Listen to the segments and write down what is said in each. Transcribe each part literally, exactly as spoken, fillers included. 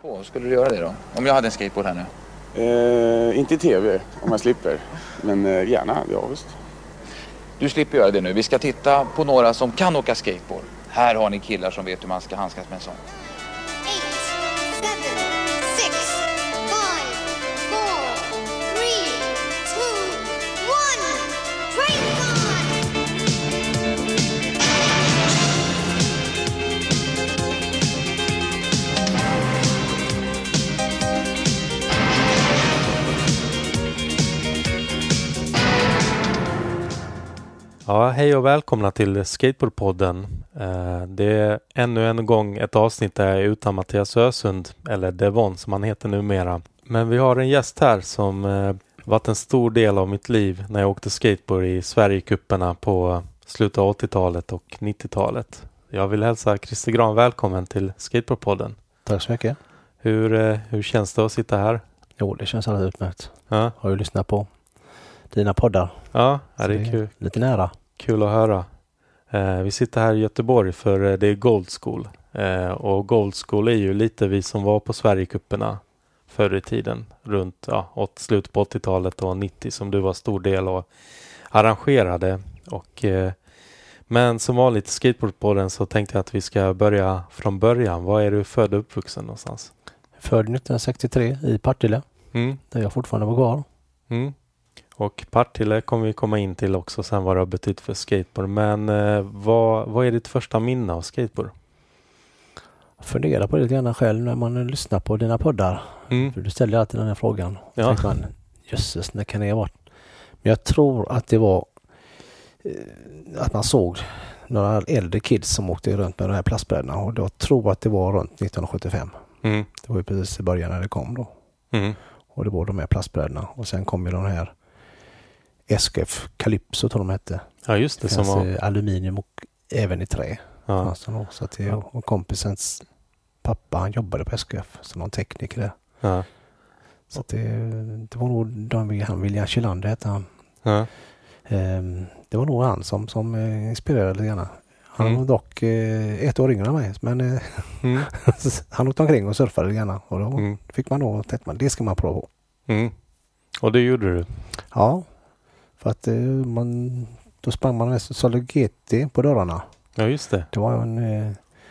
på. Skulle du göra det då? Om jag hade en skateboard här nu? Eh, inte i tv om jag slipper. Men eh, gärna, ja visst. Du slipper göra det nu. Vi ska titta på några som kan åka skateboard. Här har ni killar som vet hur man ska handskas med en sån. Ja, hej och välkomna till Skateboardpodden. Det är ännu en gång ett avsnitt där jag är utan Mattias Ösund, eller Devon som han heter numera. Men vi har en gäst här som varit en stor del av mitt liv när jag åkte skateboard i Sverigecuperna på slutet av åttiotalet och nittiotalet. Jag vill hälsa Christer Gran välkommen till Skateboardpodden. Tack så mycket. Hur, hur känns det att sitta här? Jo, det känns alldeles utmärkt. Ja. Har ju lyssnat på dina poddar. Ja, det är, det är kul. Lite nära. Kul att höra. Eh, vi sitter här i Göteborg för eh, det är Gold School. Eh, och Gold School är ju lite vi som var på Sverigecuperna förr i tiden. Runt ja, åt, slut på åttiotalet och nittio som du var stor del och arrangerade. Och, eh, men som vanligt skateboard på den så tänkte jag att vi ska börja från början. Var är du född och uppvuxen någonstans? Född nittonhundrasextiotre i Partille. Mm. Där jag fortfarande var kvar. Mm. Och Partille kommer vi komma in till också sen vad det har betytt för skateboard. Men eh, vad, vad är ditt första minne av skateboard? Jag funderar på det lite grann själv när man lyssnar på dina poddar. Mm. För du ställer alltid den här frågan. Ja. Man, jösses, när kan det ha varit? Men jag tror att det var eh, att man såg några äldre kids som åkte runt med de här plastbrädorna. Och jag tror att det var runt nittonhundrasjuttiofem. Mm. Det var ju precis i början när det kom då. Mm. Och det var de här plastbrädorna. Och sen kom ju de här S K F Calypso tror de hette. Ja just det. det som var aluminium och även i trä. Ja. Så att det, och kompisens pappa han jobbade på S K F som någon tekniker där. Ja. Så att det, det var nog de, han William Kjellander hette han. Ja. Um, det var nog han som, som uh, inspirerade lite grann. Han mm. var dock uh, ett år yngre än mig. Men uh, mm. han åkte omkring och surfade lite grann. Och då mm. fick man då, tänkte man, det ska man prova på. Mm. Och det gjorde du? Ja. För att uh, man, då sprang man nästan sålde G T på dörrarna. Ja just det. Det var en, uh,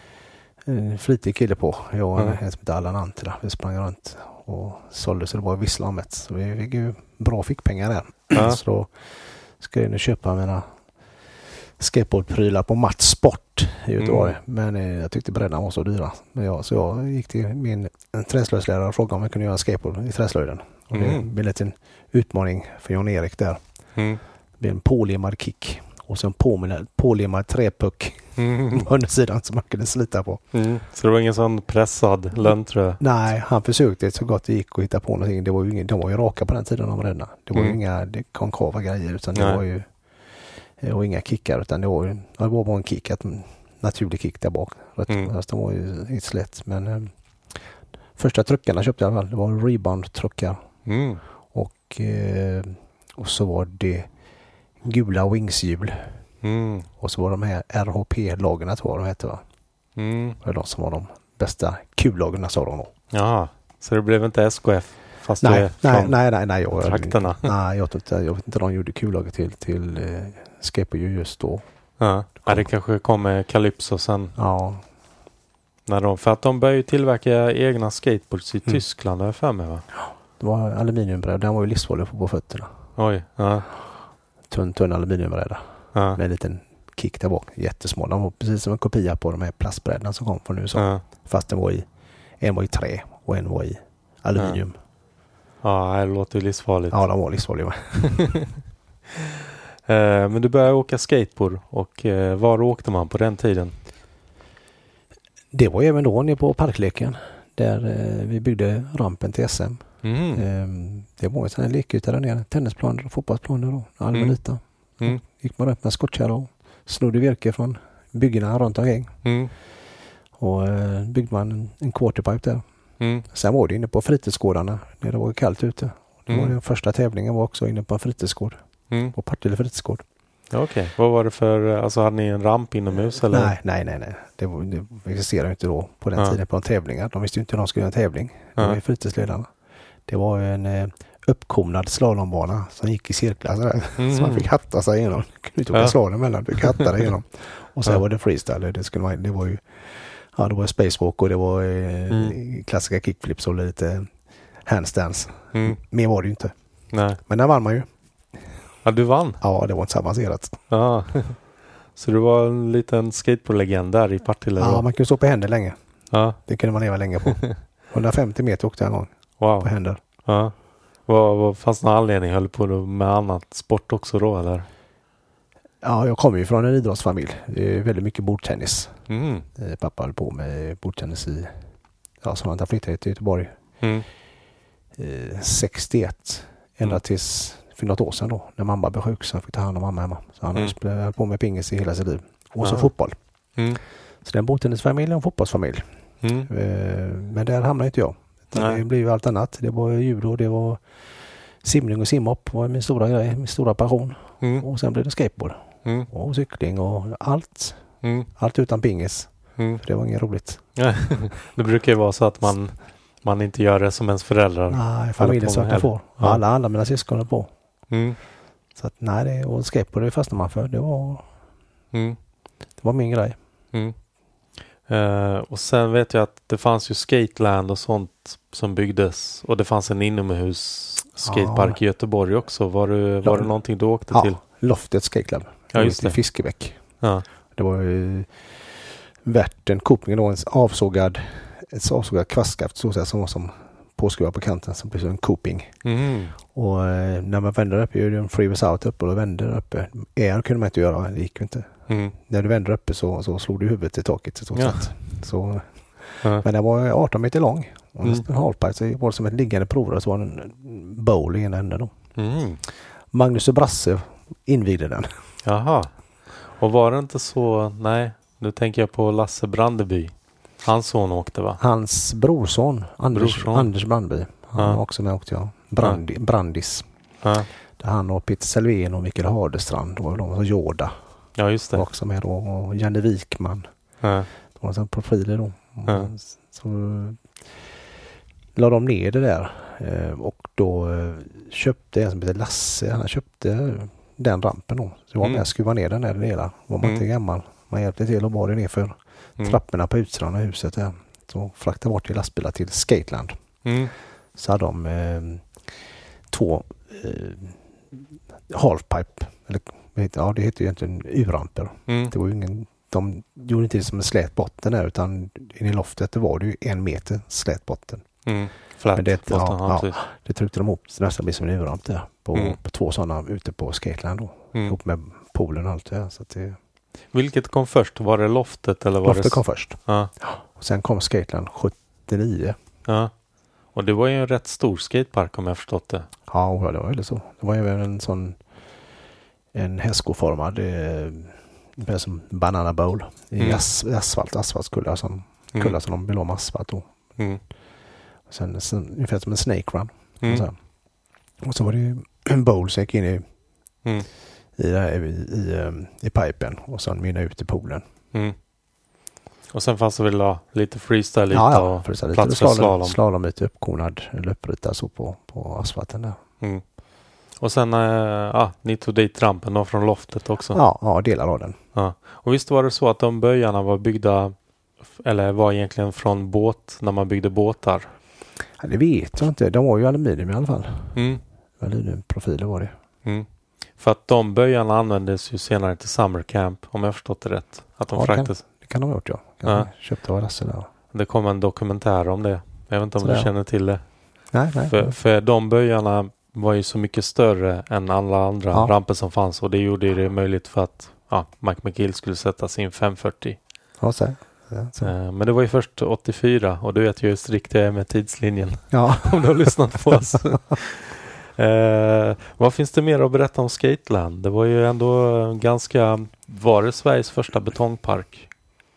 en flitig kille på. Jag och mm. en som hette Allan Antila. Vi sprang runt och sålde så det var visslammet. Så vi fick ju bra fickpengar där. Ja. Så då ska jag nu köpa mina skateboardprylar på Mats Sport i Göteborg. Mm. Men eh, jag tyckte brädorna var så dyra. Men jag, så jag gick till min träslöjdslärare och frågade om jag kunde göra skateboard i träslöjden. Och det mm. blev en utmaning för Jan-Erik där. Mm. Det blev en pålimmad kick. Och sen pålimmad, pålimmad träpuck mm. på undersidan som man kunde slita på. Mm. Så det var ingen sån pressad löntrö? Nej, han försökte så gott det gick att hitta på någonting. Det var ju ingen, de var ju raka på den tiden de rädda. Det var mm. ju inga det, konkava grejer utan det Nej. var ju det var inga kickar utan det var ju det var bara en kick, en naturlig kick där bak. Mm. Det var ju inte slätt. Men eh, första truckarna köpte jag i alla fall. Det var rebound-truckar. Mm. Och, eh, och så var det gula wingshjul. Mm. Och så var de här R H P-lagerna tror jag de hette va? Mm. Det var de som var de bästa kullagerna sa de då. Jaha, så det blev inte S K F fast nej, det nej, nej, nej, nej, jag, trakterna. Nej, jag, inte, jag vet inte de gjorde kullager till, till eh, skateboard just då. Ja, det, ja, det kanske kom med Calypso sen. Ja. När de, för att de började tillverka egna skateboards i mm. Tyskland har jag för mig va? Ja, det var aluminiumbräda. Den var ju livsfarlig på, på fötterna. Oj, ja. Tunn, tunn aluminiumbräda. Ja. Med en liten kick där bak. Jättesmå. De var precis som en kopia på de här plastbrädorna som kom från U S A. Ja. Fast den var i, en var i trä och en var i aluminium. Ja, ja det låter ju livsfarligt. Ja, de var livsfarliga. eh, men du började åka skateboard och eh, var åkte man på den tiden? Det var även då nere på parkleken. Där eh, vi byggde rampen till S M. Mm. Eh, det var en sån här lekyta där nere. Tennisplaner och fotbollsplaner och allmännytta. Mm. Mm. Gick man upp med skottkärra och snodde virke från byggena runt omkring. Mm. Och eh, byggde man en, en quarterpipe där. Mm. Sen var det inne på fritidsgårdarna när det var kallt ute. Det mm. var den första tävlingen var också inne på en fritidsgård. Mm. På Partille fritidsgård. Okej, okay. Vad var det för, alltså hade ni en ramp inomhus eller? Nej, nej, nej, nej. Det, var, det existerade inte då på den ja. tiden på en tävlingar. De visste ju inte hur de skulle göra en tävling. Det ja. var ju fritidsledarna. Det var en eh, uppkomnad slalombana som gick i cirklar sådär. Mm. Så man fick hatta sig igenom. Kunde inte åka ja. slalom emellan, du fick hatta dig igenom. Och så ja. var det freestyle. Det, skulle man, det var ju ja, det var spacewalk och det var eh, mm. klassiska kickflips och lite handstands. Mm. Mer var det ju inte. Nej. Men där vann man ju. Ja, du vann? Ja, det var inte så avancerat. Ja. Så du var en liten skateboardlegend där i Partille? Ja, man kunde stå på händer länge. Ja. Det kunde man leva länge på. hundrafemtio meter åkte jag en gång. Wow. På händer. Ja. Vad, vad fanns det någon anledning? Höll på med annat sport också då, eller? Ja, jag kommer ju från en idrottsfamilj. Det är väldigt mycket bordtennis. Mm. Pappa höll på med bordtennis i... Ja, så han flyttade till Göteborg. Mm. Eh, sextioett. Ända mm. tills... för något år sedan då, när mamma blev sjuk så fick ta hand om mamma hemma. Så han mm. höll på med pingis i hela sitt liv. Och så ja. fotboll. Mm. Så det är en bordtennisfamilj och en fotbollsfamilj. Mm. Eh, men där hamnade inte jag. Det blev ju allt annat. Det var judo, det var simning och simhopp var min stora grej, min stora passion. Mm. Och sen blev det skateboard. Mm. Och cykling och allt. Mm. Allt utan pingis. Mm. För det var inget roligt. Det brukar ju vara så att man, man inte gör det som ens föräldrar. Nej, familjen sökte får. Ja. Alla andra mina syskon är på. Mm. Så att nej, det, och skateboard det fastnade man för. Det var, mm. det var min grej. Mm. Uh, och sen vet jag att det fanns ju Skateland och sånt som byggdes. Och det fanns en inomhus skatepark ja. i Göteborg också. Var, du, var det någonting du åkte ja, till? Loftet Skateland. Ja, just det. I Fiskebäck. Ja. Det var ju värt en kopning då, en avsågad, ett avsågad kvastskaft så att säga, som var som påskruvad på kanten som blev en coping. Mm. Och eh, när man vände uppe gjorde en free out uppe och vände uppe. Är kunde man inte göra, det gick ju inte. Mm. När du vände uppe så, så slog du huvudet i taket så, ja. så ja. Men det var arton meter lång. Och mm. en halvpipe så var det som ett liggande provrör så var det en bowl i en ände då. Mm. Magnus och Brasse invigde den. Jaha. Och var det inte så, nej, nu tänker jag på Lasse Brandeby. Hans son åkte va? Hans brorson, Anders, brorson. Anders Brandeby. Han ja. var också med åkte jag. Brandi, ja. Brandis. Ja. Där han och Peter Selvén och Mikael Hardestrand var de och Jorda. Ja, just det. Också med då. Och Janne Wikman. Ja. Det var en profiler då. Ja. Så la de ner det där. Och då köpte en som heter Lasse. Han köpte den rampen då. Så jag var med och skruva ner den där delen. Var man mm. inte gammal. Man hjälpte till att bara ner för mm. trapporna på utsidan av huset där. Så fraktade bort till lastbilar till Skateland. Mm. Så hade de eh, två eh, halfpipe. Eller, ja, det heter ju egentligen U-ramper. Mm. Det var ju ingen, de gjorde inte det som en slät botten där, utan i loftet det var det ju en meter slät botten. Mm. Flat Men det, botten, ja, ja, det tryckte de ihop så nästan blir som en U-ramp där. På, mm. på två sådana ute på Skateland då. Mm. Ihop med poolen och allt det. Så att det. Vilket kom först? Var det loftet? Eller var loftet det... kom först. Ja. Och sen kom Skateland sjuttionio. Ja. Och det var ju en rätt stor skatepark om jag förstått det. Ja, det var ju så. Det var ju en sån en hästskoformad eh, som banana bowl i mm. as, asfalt, asfaltskullar som mm. kullar som de vill ha med asfalt då. Mm. Och sen, sen ungefär som en snake run. Mm. Och, så. och så var det ju en bowl som gick in i mm. i, i, i, i pipen och sen mynna ut i poolen. Mm. Och sen fanns det väl då, lite freestyle ja, ja, och plats lite för slalom. slalom. Slalom lite uppkonad löpruta så på, på asfalten där. Mm. Och sen, äh, ja, ni tog dit rampen då från loftet också. Ja, ja, delar av den. Ja. Och visst var det så att de böjarna var byggda, eller var egentligen från båt, när man byggde båtar? Ja, det vet jag inte. De var ju aluminium i alla fall. Mm. Aluminiumprofiler var det. Mm. För att de böjarna användes ju senare till summer camp, om jag förstått det rätt. Att de ja, fraktas. Kan, det kan de ha gjort, ja. Kan ja. Köpte av Lasse där. Det kom en dokumentär om det. Jag vet inte om så du där. känner till det. Nej, nej. För, för de böjarna var ju så mycket större än alla andra ja. ramper som fanns. Och det gjorde det möjligt för att ja, Mike McGill skulle sätta sin femhundrafyrtio. Ja, så. Ja, så. Men det var ju först åttiofyra. Och du vet ju hur strikt jag är med tidslinjen. Ja. Om du har lyssnat på oss. Eh, vad finns det mer att berätta om Skateland? Det var ju ändå ganska... Var det Sveriges första betongpark?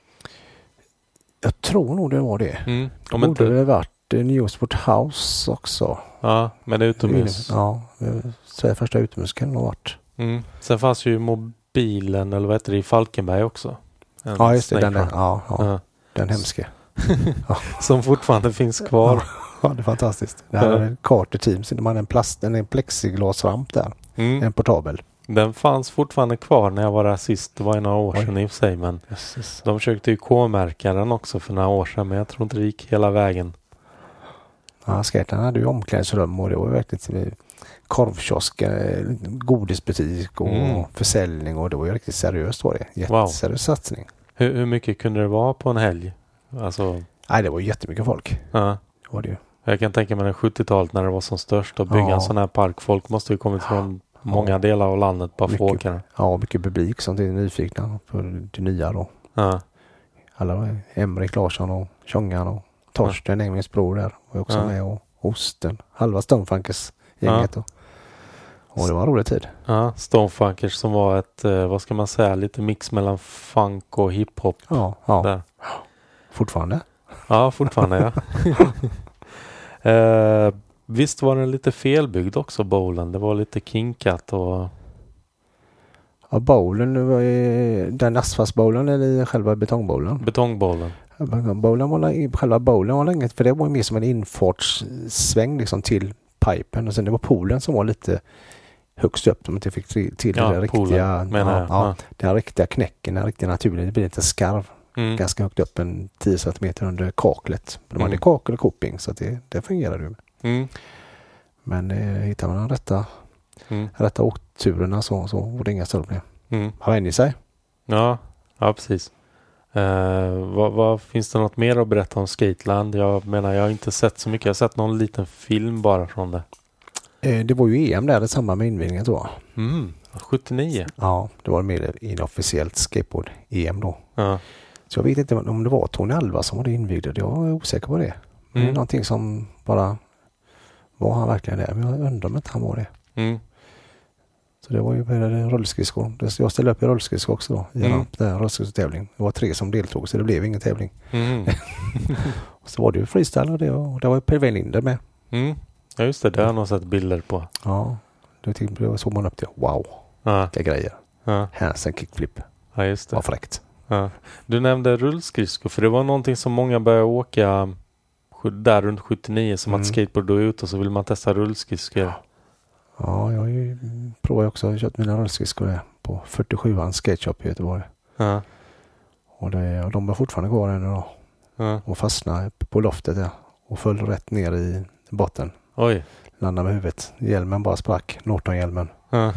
Jag tror nog det var det. Mm. Om det borde det varit Newsport House också. Ja, men det är utomhus. Ja, Sveriges första utomhus kan det ha varit. Mm. Sen fanns ju mobilen, eller vad heter det, i Falkenberg också. En ja, just det. Den, Snake där, ja, ja, Ja. den hemska. Ja. Som fortfarande finns kvar. Ja, det är fantastiskt. Det här Ja. är en Carter Teams. Man har en plast, en plexiglasramp där. Mm. En portabel. Den fanns fortfarande kvar när jag var där sist. Det var ju några år Oj. sedan i och för sig. Men Jesus. de försökte ju K-märka den också för några år sedan. Men jag tror inte det gick hela vägen. Ja, skaterna hade ju omklädningsrum och det var verkligen korvkiosk, eh, godisbutik och Mm. försäljning och det var ju riktigt seriöst var det. Wow. Jätteseriös satsning. Hur, hur mycket kunde det vara på en helg? Alltså, Nej, det var jättemycket folk. ja. Det var det ju. Jag kan tänka mig sjuttiotalet när det var som störst och bygga Ja. en sån här park. Folk måste ju kommit från många Ja. delar av landet bara för att Mycket. åka den. Ja, mycket publik som är nyfikna på det nya då. Ja. Alla var Emrik Larsson och Tjongan och Torsten, Engels bror där var också Ja. med och Osten. Halva Stonefunkers gänget då. Och det var en rolig tid. Ja, Stonefunkers som var ett, eh, vad ska man säga, lite mix mellan funk och hiphop. Ja, ja. Där. Fortfarande. Ja, fortfarande ja. eh, visst var den lite felbyggd också, bowlen. Det var lite kinkat och... Ja, bowlen, nu var ju den asfaltsbowlen eller själva betongbowlen? Betongbowlen. Bowlen var, själva bowlen var länge, för det var mer som en infartssväng liksom till pipen och sen det var poolen som var lite högst upp som inte fick till, till Ja, det poolen, riktiga, menar ja, jag. ja, Ja. den riktiga knäcken, den riktiga naturliga, det blir lite skarv Mm. ganska högt upp, en tio centimeter under kaklet. De hade Mm. kakel och coping så att det, det fungerade ju. Mm. Men eh, hittar man den rätta, Mm. rätta åkturerna så, så var det inga större problem. Mm. Har vänjt sig? Ja, ja precis. Eh, vad, vad finns det något mer att berätta om Skateland? Jag menar, jag har inte sett så mycket. Jag har sett någon liten film bara från det. Eh, det var ju E M där i samband med invigningen tror jag. Mm. sjuttionio. Ja, det var mer inofficiellt skateboard-E M då. Ja. Så jag vet inte om det var Tony Alva som var det invigde. Jag är osäker på det. Men det är Mm. någonting som bara var han verkligen där. Men jag undrar om inte han var det. Mm. Så det var ju rullskridskor. Jag ställde upp i rullskridskor också då. I Mm. en mm. rullskridskotävling. Det var tre som deltog så det blev ingen tävling. Mm. Och så var det ju freestyle och det, och det var ju Per Linder med. Mm. Ja just det, det har jag nog sett bilder på. Ja, då tyckte jag såg man upp det. Wow, Ja, vilka grejer. ja, Hansen kickflip. ja just det. Var fräckt. Ja. Du nämnde rullskridskor, för det var någonting som många började åka sju- där runt sjuttionio, som Mm. att skateboard då är ute och så vill man testa rullskridskor. Ja, jag har ju provat också. Jag har köpt mina rullskridskor där på fyrtiosjuan skateshop i Göteborg. Ja. Och, det, och de är fortfarande kvar ännu då. Ja. Och fastnade på loftet där. Och föll rätt ner i botten. Oj. Landade med huvudet. Hjälmen bara sprack. Norton-hjälmen. Ja.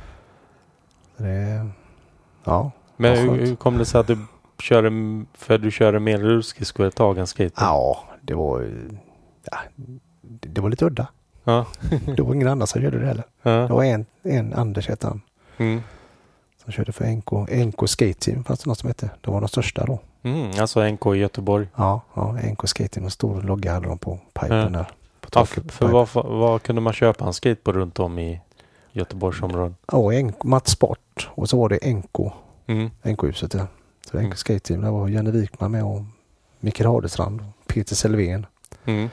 Det, ja. Men Vad hur, skönt. hur kom det sig att du körde, för du körde mer rullskridskor ett tag än skateboard? Ja, det var ja, det, det var lite udda. Ja. Det var ingen annan som körde det heller. Det Ja. var en, en Anders hette han. Mm. Som körde för N K. N K Skate Team fanns det något som hette. Det var de största då. Mm. Alltså N K i Göteborg. Ja, ja N K Skate Team. En stor logga hade de på pipen Ja. där. På Ja, taket för på för pipen. vad, vad kunde man köpa en skateboard runt om i Göteborgsområdet? Ja, N K, Mats Sport. Och så var det N K. Mm. N K-huset där. Så Mm. N K Skate Team. Där var Janne Wikman med och Mikael Hadestrand. Och Peter Selvén. Mm.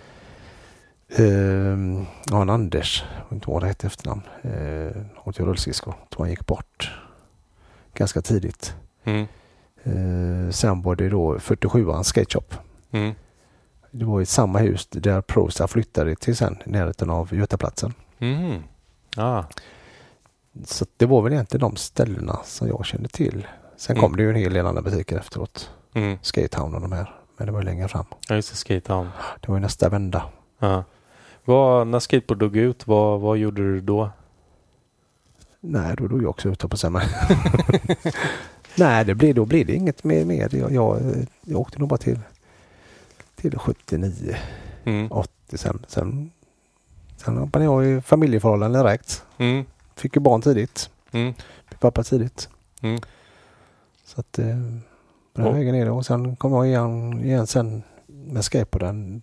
Uh, ja, en Anders. Jag vet inte vad det hette efternamn. Uh, åt jag rullskridskor. Tror han gick bort. Ganska tidigt. Mm. Uh, sen var det då fyrtiosjuan Skate Shop. Mm. Det var i samma hus där Prosa flyttade till sen. I närheten av Götaplatsen. Mm. Ah. Så det var väl egentligen de ställena som jag kände till. Sen Mm. kom det ju en hel del andra butiker efteråt. Mm. Skatetown och de här. Men det var ju längre fram. Ja, just det, Skatetown. Det var ju nästa vända. Ja. Vad, när skateboard dog ut, vad, vad gjorde du då? Nej, då dog jag också ut på sig. Nej, det blir, då blir det inget mer. mer. Jag, jag, jag åkte nog bara till, till sjuttionio, Mm. åttio sen. Sen, sen hoppade jag i familjeförhållanden direkt. Mm. Fick ju barn tidigt. Mm. Fick pappa tidigt. Mm. Så att eh, på den Och- vägen är det. Och sen kom jag igen, igen sen med skateboarden.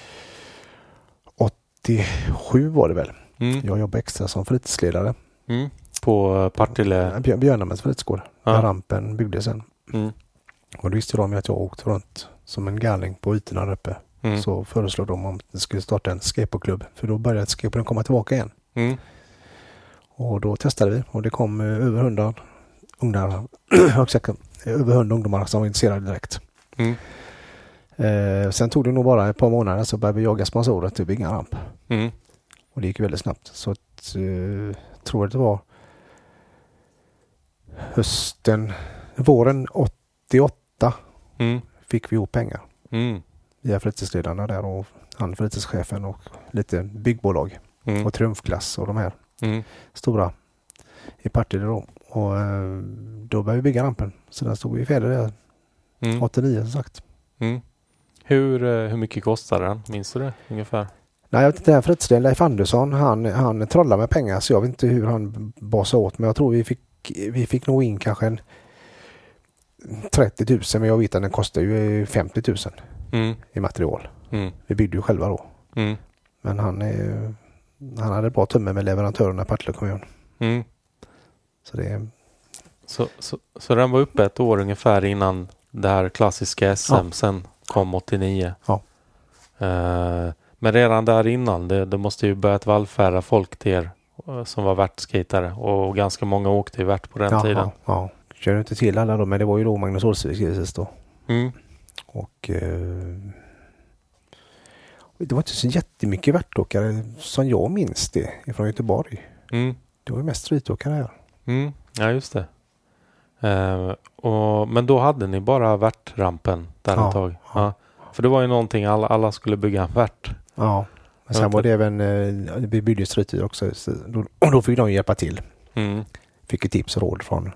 åttiosju var det väl. Mm. Jag jobbade extra som fritidsledare. Mm. På eh, Partille. Björn, Björnamens fritidsgård. Ja. Där rampen byggdes sen. Mm. Och då visste de ju att jag åkte runt som en galning på ytorna där uppe. Mm. Så föreslog de om det skulle starta en skateboardklubb. För då började skateboarden komma tillbaka igen. Mm. Och då testade vi och det kom eh, över hundra ungdomar, över hundra ungdomar som var intresserade direkt. Mm. Eh, sen tog det nog bara ett par månader så började vi jaga sponsorer till att bygga en ramp. Mm. Och det gick väldigt snabbt. Så att, eh, tror att det var hösten, våren åttioåtta Mm. fick vi ihop pengar. Mm. Via fritidsledarna där och han fritidschefen och lite byggbolag Mm. och Triumfglass och de här Mm. stora i Partille då. Och eh, då började vi bygga rampen. Så den stod vi färdig där Mm. åttionio som sagt. Mm. Hur, eh, hur mycket kostar den? Minns du det ungefär? Nej, jag vet inte, fritidsledaren Leif Andersson, han, han trollar med pengar så jag vet inte hur han basade åt. Men jag tror vi fick, vi fick nog in kanske en trettio tusen, men jag vet att den kostar ju femtio tusen Mm. i material. Mm. Vi byggde ju själva då. Mm. Men han, är, han hade bra tumme med leverantörerna i Partille kommun. Mm. Så det Så, så, så den var uppe ett år ungefär innan det här klassiska S M Ja. sen kom åttionio. Ja. Eh, men redan där innan, det, det måste ju börjat vallfärda folk till er eh, som var värtskejtare och ganska många åkte ju värt på den ja, tiden. Ja, ja. Kör inte till alla då, men det var ju då Magnus Olsvik sist då. Mm. Och eh, det var inte så jättemycket värtåkare som jag minns det ifrån Göteborg. Mm. Det var ju mest streetåkare här. Mm. Ja, just det. Eh, och, men då hade ni bara värtrampen där Ja, ett tag. ja. Ja. För det var ju någonting, alla, alla skulle bygga en värt. Ja, men sen Ja, var det även, eh, vi byggde ju streetyr också. Så då, och då fick de hjälpa till. Mm. Fick ju tips och råd från,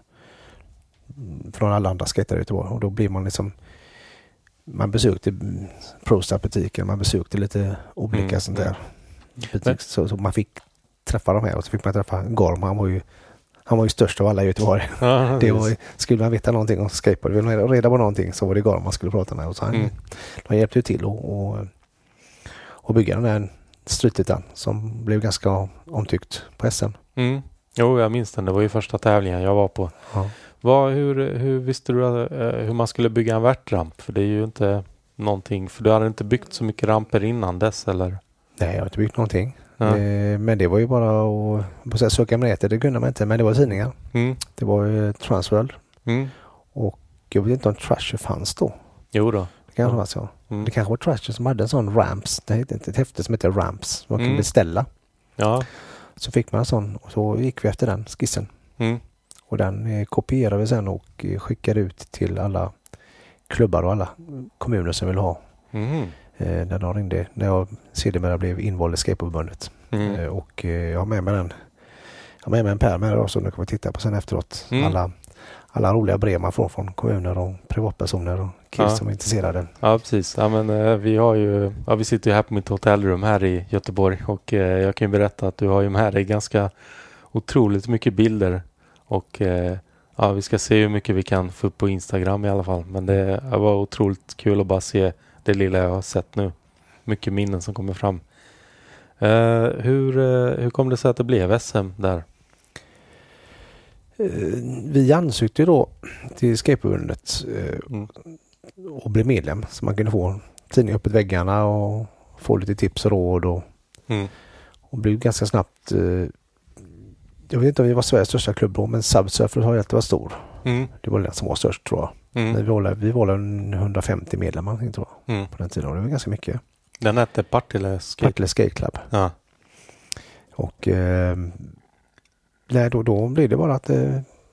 från alla andra skatare i Göteborg. Och då blir man liksom, man besökte ProStar-butiken, man besökte lite olika Mm. sånt där. Butik, så, så man fick träffa de här och så fick man träffa Gorm. Han var ju, han var ju störst av alla i Göteborg. Ja, Det var, skulle man veta någonting om skateboard, vill man reda på någonting så var det Gorm man skulle prata med. Och så han, Mm. de hjälpte ju till och, och, och bygga den här streetytan som blev ganska omtyckt på S M. Mm. Jo, jag minns den. Det var ju första tävlingen jag var på. Ja. Vad, hur, hur visste du uh, hur man skulle bygga en värtramp? För det är ju inte någonting, för du hade inte byggt så mycket ramper innan dess, eller? Nej, jag har inte byggt någonting. Ja. Eh, men det var ju bara att, att säga, söka med nätet, det kunde man inte, men det var tidningar. Mm. Det var ju Transworld Mm. och jag vet inte om Trasher fanns då. Jo då. Det kanske var så. Mm. Det kanske var Trasher som hade en sån Ramps. Det hette inte ett häfte som heter Ramps. Man kunde Mm. beställa. Ja. Så fick man en sån och så gick vi efter den skissen. Mm. Och den eh, kopierade vi sen och eh, skickade ut till alla klubbar och alla kommuner som vill ha. Mm. Eh, när de ringde, när jag sedermera blev invald i Skateboardförbundet. Mm. Eh, och eh, jag har med mig den. Jag har med mig en pärm här som du kommer titta på sen efteråt. Mm. Alla, alla roliga brev man får från kommuner och privatpersoner och kids Ja. som är intresserade. Ja, precis. Ja, men, eh, vi har ju, ja, vi sitter ju här på mitt hotellrum här i Göteborg och eh, jag kan ju berätta att du har ju med dig ganska otroligt mycket bilder och eh, ja, vi ska se hur mycket vi kan få upp på Instagram i alla fall. Men det var otroligt kul att bara se det lilla jag har sett nu. Mycket minnen som kommer fram. Eh, hur, eh, hur kom det sig att det blev S M där? Eh, vi ansökte då till Skateboardförbundet eh, Mm. och blev medlem så man kunde få tidningar uppåt väggarna och få lite tips och råd och, Mm. och blev ganska snabbt eh, jag vet inte om vi var Sveriges största klubb då, men Subsurfer har ju alltid varit stor. Mm. Det var den som var störst tror jag. Mm. Men vi var, vi var en hundrafemtio medlemmar tror jag, Mm. på den tiden och det var ganska mycket. Den hette Partille Skate. Partille Skate Club. Ja. Och eh, nej, då, då blev det bara att eh,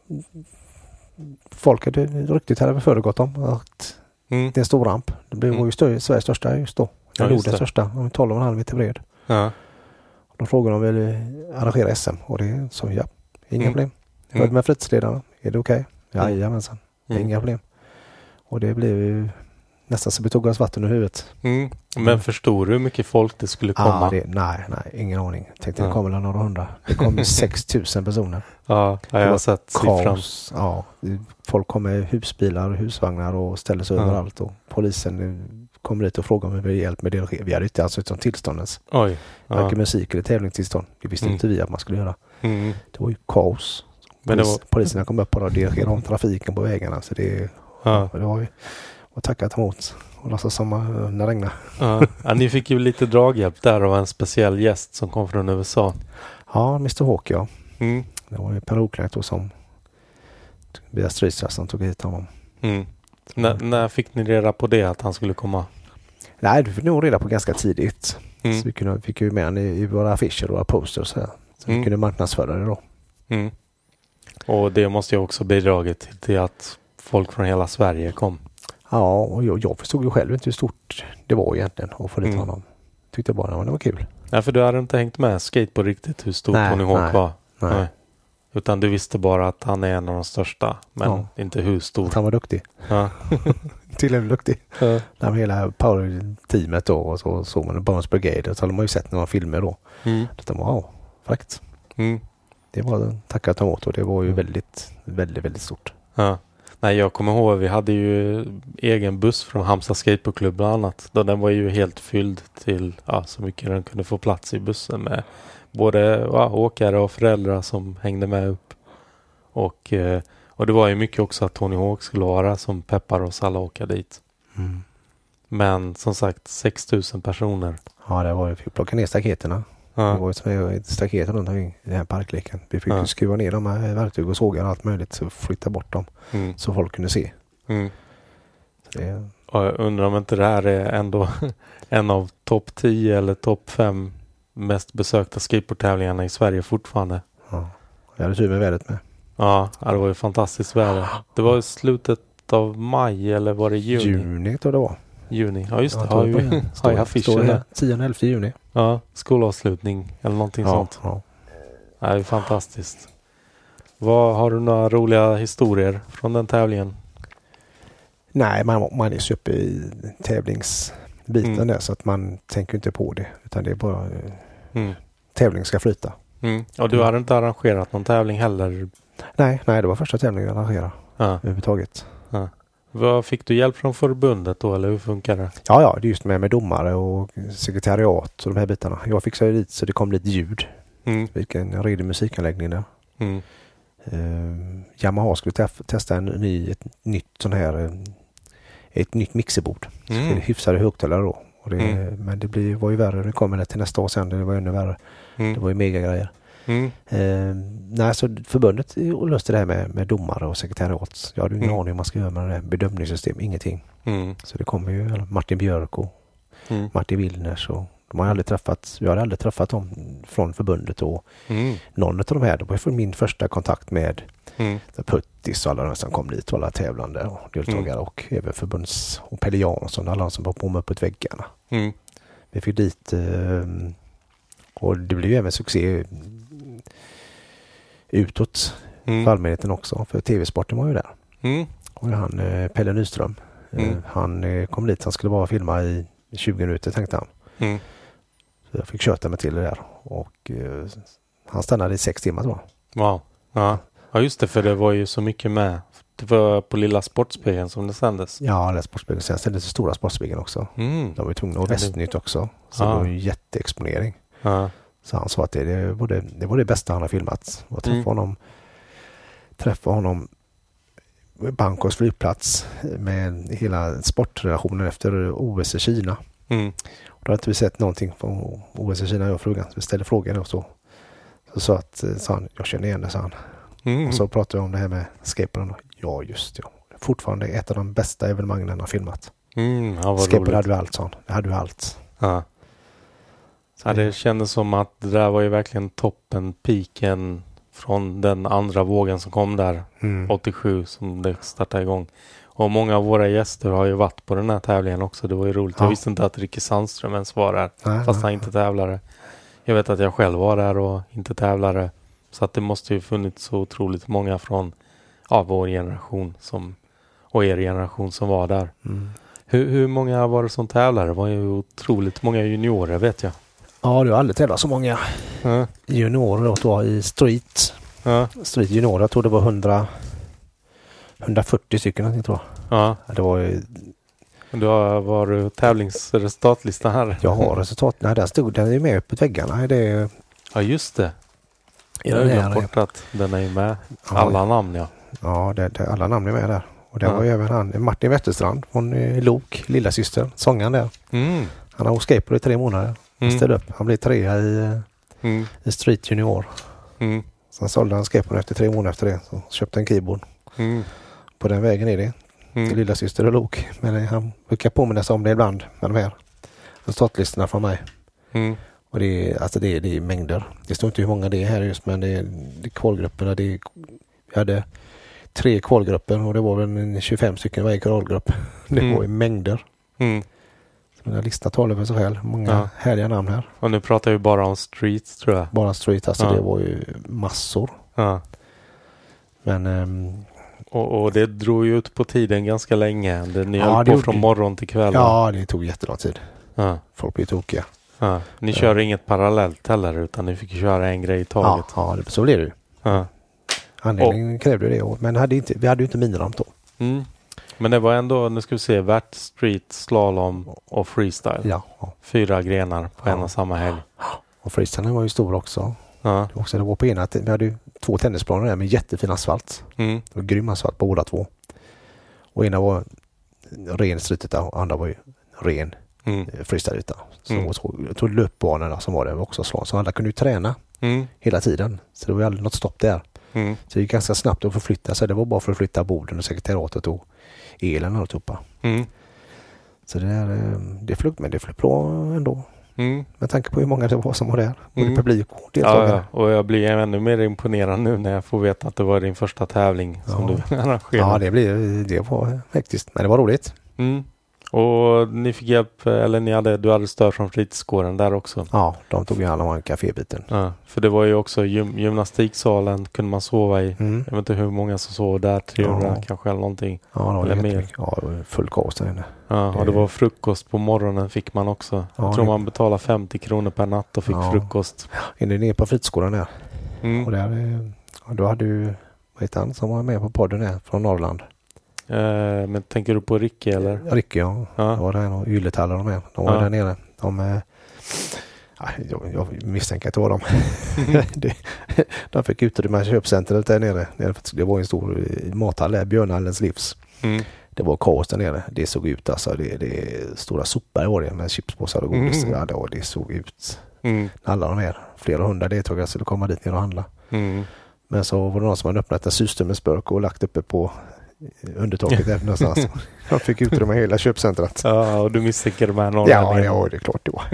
folk hade ryktet hade föregått dem att Mm. det är en stor ramp. Det blev Mm. ju större, Sveriges största just då. Ja, Ja, just Nordens det. största, om tolv komma fem meter bred. Ja. Då frågade de väl eh, arrangera S M och det sa ja, inga Mm. problem. Mm. Hörde med fritidsledarna, är det okej? Okay? Mm. Jajamensan, Mm. inga problem. Och det blev ju nästan så vi tog oss vatten ur huvudet. Mm. Men förstod du hur mycket folk det skulle komma? Ah, det, nej, nej, ingen aning. Tänkte Ja. det kommer väl några hundra. Det kom ju sex tusen personer. Ja, jag Det har var sett siffran. Kaos. Ja, folk kom med husbilar och husvagnar och ställde sig Ja. överallt. Och polisen eh, kom dit och frågade om vi ville hjälp med det. Vi hade inte alltså ett sånt tillstånd ens. Oj. Ja. Varken musik eller tävlingstillstånd. Det visste Mm. inte vi att man skulle göra. Mm. Det var ju kaos. Men det Polis, var- Poliserna kom upp och dirigerade om trafiken på vägarna. Så det, Ja. det var ju och tackat emot. Och låtsas som eh, när det regnade. Ja. Ja, ni fick ju lite draghjälp där av en speciell gäst som kom från U S A. Ja, mister Hawk ja. Mm. Det var ju Per Oklakt då som via Streetstars som tog hit honom. Mm. N- när fick ni reda på det att han skulle komma? Nej, du fick nog reda på ganska tidigt. Mm. Så vi kunde, fick ju med han i, i våra affischer och våra posters. Så, så Mm. vi kunde marknadsföra det då. Mm. Och det måste ju också bidragit till, till att folk från hela Sverige kom. Ja, och jag, jag förstod ju själv inte hur stort det var egentligen att få dit Mm. honom. Tyckte bara att det var kul. Nej, för du hade inte hängt med skateboard riktigt hur stort Nej, Tony Hawk nej, var. nej. Nej. Utan du visste bara att han är en av de största, men Ja. inte hur stor. Att han var duktig. Ja. Tillräckligt duktig. Ja. Där med hela power-teamet då och så såg man Bones Brigade. Så hade man ju sett några filmer då. Mm. Det var wow, fräckt. Mm. Det var tackat emot och det var ju Mm. väldigt, väldigt, väldigt stort. Ja. Nej, jag kommer ihåg, vi hade ju egen buss från Halmstad Skateboardklubb bland annat. Då den var ju helt fylld till ja, så mycket den kunde få plats i bussen med både ja, åkare och föräldrar som hängde med upp. Och, eh, och det var ju mycket också att Tony Hawk skulle vara som peppar oss alla åka dit. Mm. Men som sagt, sex tusen personer. Ja, det var ju, vi fick plocka ner staketerna. Det Ja. var ju som ett staket runt omkring den här parkleken. Vi fick Ja. ju skruva ner de här verktyg och sågar och allt möjligt så flytta bort dem Mm. så folk kunde se. Mm. Så det, Och jag undrar om inte det här är ändå en av topp tio eller topp fem mest besökta skateboardtävlingarna i Sverige fortfarande. ja. Jag hade tur med vädret med. Ja, det var ju fantastiskt väder. Det var i slutet av maj eller var det juni? Juni tror jag det var. Juni, ja just det. Ja, Har tror jag ju på det. har Står- ju står affischen det där. här. tionde elfte juni. Ja, skolavslutning eller någonting Ja, sånt. ja. Ja, det är fantastiskt. Vad, har du några roliga historier från den tävlingen? Nej, man, man är så uppe i tävlingsbiten Mm. där så att man tänker inte på det. Utan det är bara eh, Mm. tävling ska flyta. Mm. Och du hade inte arrangerat någon tävling heller? Nej, nej, det var första tävlingen jag arrangerade Ja. överhuvudtaget. Vad, fick du hjälp från förbundet då eller hur funkar det? Ja, ja, det är just med, med domare och sekretariat och de här bitarna. Jag fixade dit så det kom lite ljud. Mm. Vilken redig musikanläggning där. Mm. Uh, Yamaha skulle tef- testa en ny, ett nytt sån här eh, ett nytt mixerbord. Så Mm. det hyfsade högtalare då. Och det, Mm. Men det blir, var ju värre. Det kommer det till nästa år sen. Det var ännu värre. Det Mm. var ju mega grejer. Mm. Uh, nej, så förbundet löste det här med, med domare och sekretariat. Jag hade ju ingen Mm. aning om man ska göra med det här bedömningssystem. Ingenting. Mm. Så det kommer ju Martin Björk och Mm. Martin Willners och de har aldrig träffat, jag har aldrig träffat dem från förbundet och Mm. någon av de här, det var för min första kontakt med Mm. Puttis och alla de som kom dit och alla tävlande och deltagare Mm. och även förbunds och Pelle Jansson, alla de som var på med uppåt väggarna. Mm. Vi fick dit eh, och det blev ju även succé utåt Mm. för allmänheten också, för tv-sporten var ju där. Mm. Och han, eh, Pelle Nyström, eh, Mm. han eh, kom dit, han skulle bara filma i tjugo minuter tänkte han. Mm. Så jag fick köta mig till det där och eh, han stannade i sex timmar tror jag. Wow. Ja. Ja just det, för det var ju så mycket med. Det var på lilla Sportspegeln som det sändes. Ja, det sportspegeln. Sen ställdes det stora sportspegeln också. Mm. De var ju tvungna och Ja, det- Västnytt också. Så Ja. det var ju en jätteexponering. Ja. Så han sa att det, det, var det, det var det bästa han har filmat. Och träffa Mm. honom träffa honom på Bangkoks flygplats med hela sportrelationen efter O S i Kina. Mm. Och då hade inte vi sett någonting från O S i Kina. Jag frågade, så vi ställde frågan och så. Så sa, att, sa han, jag känner igen det, sa han. Mm. Och så pratade jag om det här med skateboarden. Ja, just det. Fortfarande ett av de bästa evenemangen han har filmat. Mm. Ja, vad Skateboard roligt. hade du allt, sa han. Det hade du allt. Ja. Ja, det kändes som att det där var ju verkligen toppen, piken från den andra vågen som kom där Mm. åttiosju som det startade igång. Och många av våra gäster har ju varit på den här tävlingen också. Det var ju roligt. Ja. Jag visste inte att Ricky Sandström ens var där, Nej, fast nej. han inte tävlade. Jag vet att jag själv var där och inte tävlade. Så att det måste ju funnits så otroligt många från ja, vår generation som, och er generation som var där. Mm. Hur, hur många var det som tävlade? Det var ju otroligt många juniorer, vet jag. Ja, du har aldrig tävlat så många Ja, juniorer då i street. ja, Street juniorer, jag tror det var hundra, hundrafyrtio stycken, jag tror jag. ja. Ja, det var ju, Du har varit tävlingsresultatlistan här. jag har resultat. Nej, den stod, den är ju med uppåt väggarna. Det är, Ja, just det. Ja, Jag har det är glömt det. bort att den är ju med. Ja. Alla namn, ja. ja, det, det, alla namn är med där. Och det Ja. var ju även han, Martin Wetterstrand från eh, Lok, lilla syster, sångaren där. Mm. Han har åkt skateboard i tre månader. Han Mm. ställde upp. Han blev trea i, eh, Mm. i Street Junior. Mm. Sen sålde han skateboarden efter tre månader efter det. Så köpte en keyboard. Mm. På den vägen är det. Mm. Till lilla syster och Lok. Men han brukar påminna sig om det ibland med de här resultatlistorna från mig. Mm. Och det är, alltså det är, det är mängder. Det står inte hur många det är här just, men det är, det är kvalgrupperna. Det är, vi hade tre kvalgrupper och det var väl en tjugofem stycken i varje kvalgrupp. Det Mm. var i mängder. Mm. Så den här listan talar för sig själv. Många Ja. härliga namn här. Och nu pratar vi bara om streets, tror jag. Bara street, alltså Ja. det var ju massor. Ja. Men ehm, Och, och det drog ju ut på tiden ganska länge. Det, ni Ja, höll det på gjorde från det. morgon till kväll. ja, det tog jättelång tid. Ja. Folk blev tokiga. Ja. Ni Ja. kör inget parallellt heller, utan ni fick köra en grej i Ja, taget. ja det, så blev det ju. Ja. Anledningen krävde det. och- Men hade inte, vi hade ju inte miniramp då. Mm. Men det var ändå, nu ska vi se, vert, street, slalom och freestyle. Ja, ja. Fyra grenar på Ja. en och samma helg. Och freestylen var ju stor också. Ja. Det var också det var på ena, vi hade ju två tennisplaner där med jättefin asfalt. Mm. Det var grym asfalt båda två. Och ena var ren streetyta och andra var ju ren Mm. freestyle-yta. Så Mm. mm. jag tror löpbanorna som var där var också slalom. Så alla kunde ju träna Mm. hela tiden. Så det var ju aldrig något stopp där. Mm. Så det gick ganska snabbt att förflytta sig. Det var bara för att flytta borden och sekretariatet och elen och alltihopa. Mm. Så det där, eh, det flög, men det flög bra ändå. Mm. Med tanke på hur många det var som var där. Både Mm. publik och Ja, deltagare. ja, och jag blir ännu mer imponerad nu när jag får veta att det var din första tävling som Ja. du arrangerade. Ja, det, blev, det var hektiskt. Men det var roligt. Mm. Och ni fick hjälp, eller ni hade, du hade stöd från fritidsgården där också. Ja, de tog ju hand om kafébiten. Ja, för det var ju också gym, gymnastiksalen kunde man sova i. Mm. Jag vet inte hur många som sov där, trehundra Ja. kanske eller någonting. Ja, det var Eller mer. jättemycket. Ja, det var full kaos där inne. Ja, och det Det- var frukost på morgonen fick man också. Ja, Jag tror det- man betalade femtio kronor per natt och fick Ja. frukost. Inne ner på fritidsgården där. Och Mm. där, eh, ja, då hade ju, vad heter han som var med på podden här från Norrland? Eh, men tänker du på Ricky eller? Ricky, ja. Ja. Det var där och Ylletallar och de med. De var Ja. där nere. De, eh, ja, jag, jag misstänker att det var dem. det, de fick utrymma köpcentret där nere. Det var en stor eh, mathall där, Björnhallens livs. Mm. Det var kaos där nere. Det såg ut alltså. Det, det stora sopor var det med chipspåsar och godis. Mm. Ja, då, det såg ut. Mm. Alla de här, flera hundra deltagare skulle komma dit ner och handla. Mm. Men så var det någon som hade öppnat en systemet och lagt uppe på undertaket där någonstans. De fick utrymma hela köpcentret. Ja, och du misstänker de här några Ja, ja, det är klart det var.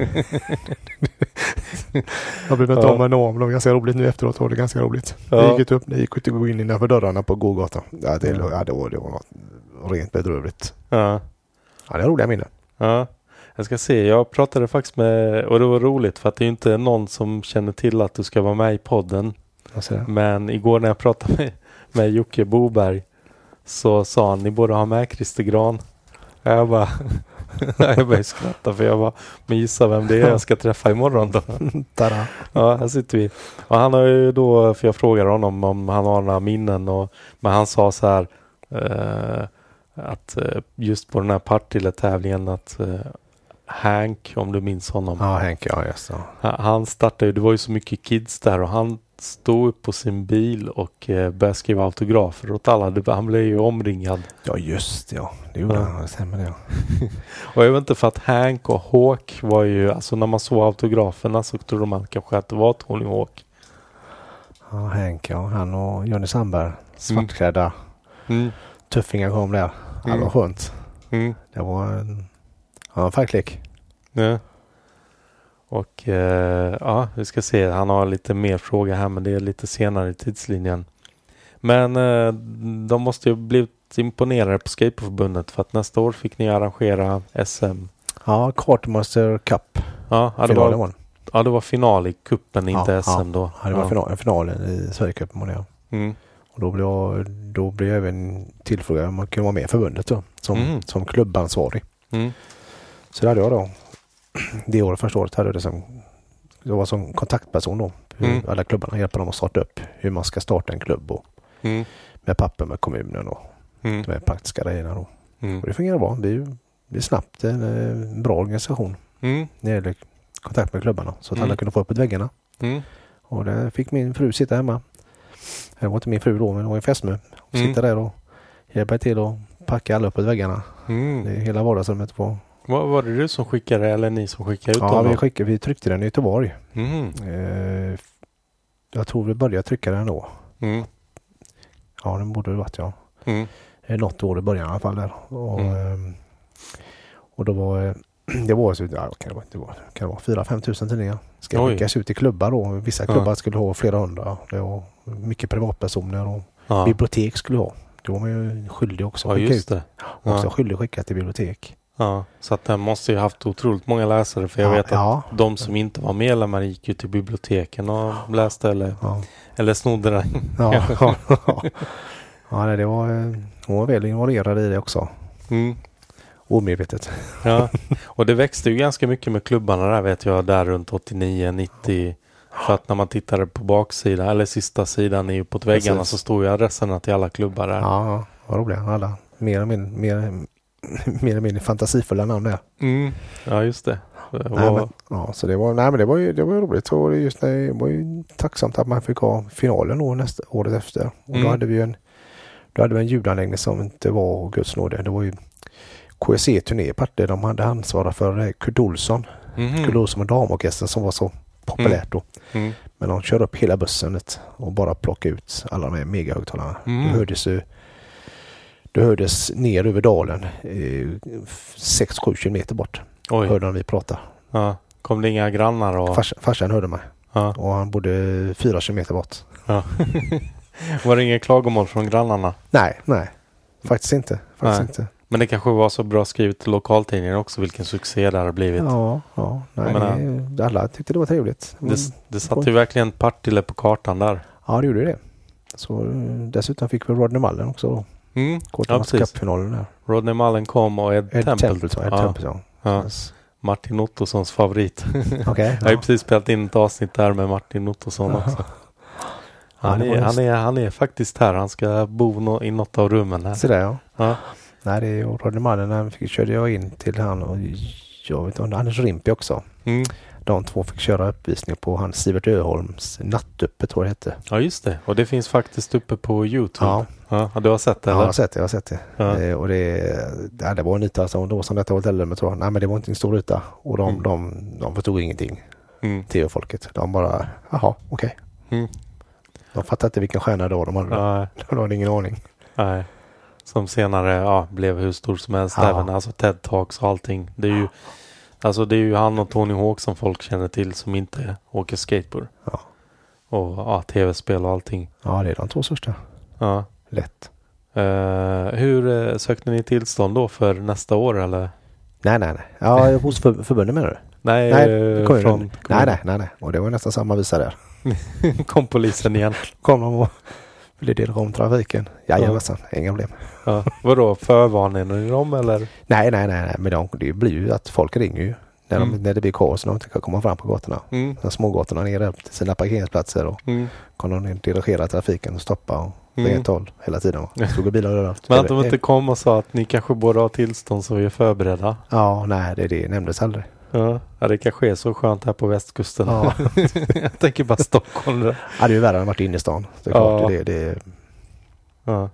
Jag blev inte Ja. av med någon. Det var ganska roligt nu efteråt. Var det ganska roligt. Ja. Det gick inte upp. Det gick inte att gå in innanför dörrarna på gågatan. Ja, det, ja, det, var, det var något rent bedrövligt. Ja. Ja, det är roliga minnen. Ja, jag ska se. Jag pratade faktiskt med, och det var roligt för att det är ju inte någon som känner till att du ska vara med i podden. Jag ser det. Men igår när jag pratade med, med Jocke Boberg så sa han, ni borde ha med Christer Gran. Jag bara, jag började skratta för jag bara, men gissa vem det är jag ska träffa imorgon då. Tada. Ja, här sitter vi. Och han har ju då, för jag frågade honom om han har några minnen och, men han sa så här eh, att eh, just på den här Partille-tävlingen att eh, Hank, om du minns honom. Ja, Henke, ja, just det. Han- Han startade ju, det var ju så mycket kids där och han stod upp på sin bil och eh, började skriva autografer åt alla. Det- Han blev ju omringad. Ja, just det, ja. Det gjorde Ja. han. Det stämmer det, ja. Och jag vet inte, för att Hank och Hawk var ju, alltså när man såg autograferna så trodde man kanske att det var Tony Hawk. Ja, Henke, ja. Han och Johnny Sandberg. Svartklädda. Mm. Tuffingar kom där. Ja, det var Mm. skönt. Mm. Det var en, ja, en fightlek. Ja. Och eh, ja, vi ska se. Han har lite mer fråga här, men det är lite senare i tidslinjen. Men eh, de måste ju blivit imponerade på Skateboardförbundet för att nästa år fick ni arrangera S M. Ja, Quartermaster Cup. Ja, ja, det Finalen var, var det. ja, det var final i kuppen, Ja, inte S M ja. då. Ja, det var final, finalen i Sverigecupen var det. Mm. Och då blev jag, då blev jag även tillfrågad om man kunde vara med i förbundet då, som, Mm. som klubbansvarig. Mm. Så det hade jag då. Det året, första året hade jag det som, jag var som kontaktperson då. Hur Mm. alla klubbarna hjälper dem att starta upp. Hur man ska starta en klubb och Mm. med papper med kommunen och Mm. de här praktiska grejerna då. Mm. Och det fungerar bra. Det är ju det är snabbt en eh, bra organisation Mm. när det gäller kontakt med klubbarna. Så att Mm. alla kunde få upp på väggarna. Mm. Och där fick min fru sitta hemma. Det var inte min fru då, men det var en fästmö. Och Mm. sitta där och hjälpa till och packa alla upp på väggarna. Mm. Det, hela vardagsrummet var... Var, var det du som skickade eller ni som skickade ut Ja, dem? vi, då? skickade, vi tryckte den i Göteborg. Mm. Eh, jag tror vi började trycka den då. Mm. Ja, det borde det varit, ja. Mm. Något år i början i alla fall där. Och, Mm. och då var det var så, ja, kan det vara, det var, kan det vara fyra fem tusen tidningar. Ska Oj. skickas ut i klubbar då. Vissa klubbar Ja. skulle ha flera hundra. Det var mycket privatpersoner och Ja. bibliotek skulle ha. Då var man ju skyldig också Ja, att skicka just ut. det. Också Ja. skyldig att skicka till bibliotek. Ja, så att den måste ju haft otroligt många läsare, för jag Ja, vet att ja. de som inte var medlemmar gick ju till biblioteken och läste eller, Ja. eller snodde den. Ja, ja, ja. Ja, nej, det var, hon var väl involverad i det också. Mm. Omedvetet. Ja, och det växte ju ganska mycket med klubbarna där, vet jag, där runt åttionio nittio. För att när man tittade på baksidan eller sista sidan i uppåt väggarna, Precis. så stod ju adresserna till alla klubbar där. Ja, ja, vad roliga. Alla mer eller mindre, mer, mer eller mindre fantasifulla namn där. Mm. Ja, just det. det var... Nej, men, ja, så det var, nej, men det var ju, det var ju roligt. Och just det var ju tacksamt att man fick ha finalen då nästa, året efter. Och Mm. då hade vi ju en, då hade vi en ljudanläggning som inte var Guds nåde. Det var ju K S C-turné i Partille. De hade ansvarat för Kurt Olsson. Mhm. Kurt Olsson och damorkestern som var så populärt då. Mm. Men de körde upp hela bussen vet, och bara plockade ut alla de här megahögtalarna. Mm. Det hördes ju det hördes ner över dalen sex sju kilometer bort. Oj. Hörde de vi prata. Ja. Kom det inga grannar? Och... Fars, farsan hörde mig. Ja. Och han bodde fyra kilometer bort. Ja. Var det inga klagomål från grannarna? Nej, nej. Faktiskt inte. Faktiskt Nej. inte. Men det kanske var så bra skrivet i lokaltidningen också, vilken succé det har blivit. Ja, ja. Nej, Jag menar- det, alla tyckte det var trevligt. Det, det satte ju verkligen Partille på kartan där. Ja, det gjorde det. Så eh, dessutom fick vi Rodney Mullen också då. Mm. Kort Ja, ja, precis. cupfinalen där. Rodney Mullen kom och Ed, Ed Templeton. Templeton. Ed Ja. Templeton. Ja. Yes. Martin Ottossons favorit. Okej. Jag har ju ja. precis spelat in ett avsnitt där med Martin Ottosson också. Han Ja, det var är, just- han, är, han är faktiskt här. Han ska bo no, i något av rummen här. Så där ja. Ja. Nej, det är ju Rodney Mullen. När fick, körde jag in till han och jag vet inte, Anders Rimpi också. Mm. De två fick köra uppvisning på han Sivert Öholms Nattuppe tror jag det hette. Ja, just det. Och det finns faktiskt uppe på YouTube. Ja. Ja, du har sett det, Ja, eller? jag har sett det. Jag har sett det. Ja. Eh, och det, ja, det var en yta som då som detta hotellet med tror jag. Nej, men det var inte en stor yta. Och de, Mm. de, de förstod ingenting. Mm. T V-folket. De bara, jaha, okej. Mm. De fattade inte vilken stjärna det var de hade. Nej. De hade ingen aning. Nej. Som senare ja, blev hur stor som helst. Ja. Även alltså TED Talks och allting. Det är ju, alltså det är ju han och Tony Hawk som folk känner till som inte åker skateboard. Ja. Och ja, tv-spel och allting. Ja, det är de två största. Ja. Lätt. Uh, hur uh, sökte ni tillstånd då för nästa år eller? Nej, nej, nej. Ja, hos för, förbundet menar du? Nej, Nej, eh, kommunen. från Nej, kommunen. nej, nej, nej. Och det var nästan samma visa där. Kom polisen igen. Kom de och ville dela om trafiken. Jajamensan, inga problem. Ja. Vadå, förvarnar ni dem eller? Nej, nej, nej, nej. Men de, det blir ju att folk ringer ju. När, de, Mm. när det blir kaos och de inte kan komma fram på gatorna. Mm. De smågatorna ner upp till sina parkeringsplatser och Mm. kan de dirigera trafiken och stoppa och Mm. mm. ett håll hela tiden. Och stod bilar överallt. Men att de inte kom och sa att ni kanske borde ha tillstånd så vi är förberedda. Ja, nej, det, det nämndes aldrig. Ja, ja, det kanske är så skönt här på västkusten. Ja. Jag tänker bara Stockholm. Där. Ja, det är ju värre än varit inne i stan. Det är Ja. klart, det, det, Ja.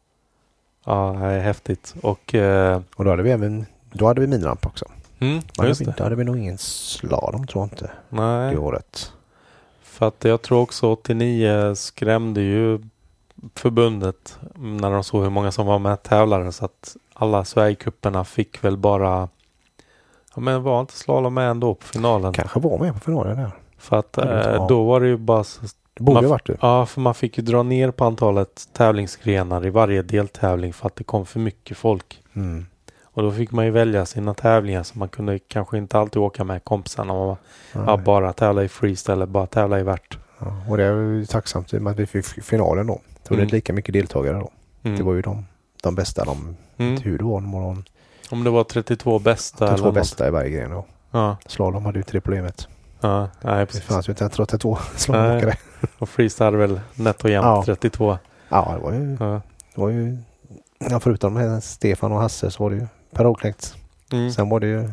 Ja, det är häftigt. Och, eh, och då hade vi även då hade vi miniramp också. mm, Men just vi, det. då hade vi nog ingen slalom tror jag inte. Nej, Det året. för att jag tror också åttionio skrämde ju förbundet när de såg hur många som var med tävlare, så att alla Sverigekupperna fick väl bara, ja men var inte slalom med ändå på finalen. Kanske var med på finalen där. För att Ja, det vet eh, jag. då var det ju bara så, Det borde Man- ju varit det. ja, för man fick ju dra ner på antalet tävlingsgrenar i varje deltävling för att det kom för mycket folk. Mm. Och då fick man ju välja sina tävlingar, så man kunde kanske inte alltid åka med kompisarna och Ja, ja, bara tävla i freestyle eller bara tävla i värt. ja. Och det är ju tacksamt i och med att vi fick finalen då. Så det Mm. är lika mycket deltagare då. Mm. Det var ju de, de bästa. De, Mm. Hur det var. De var de Om det var trettiotvå bästa de eller två något. bästa i varje gren då. Ja, Slalom hade ju tre problemet. ja, nej Det precis. fanns ju inte en trettiotvå slalomåkare. Och freestyle är väl nätt och jämnt Ja. trettiotvå. Ja, det var ju, Ja. det var ju ja, förutom de här Stefan och Hasse så var det ju Per Åkläkt. Mm. Sen var det ju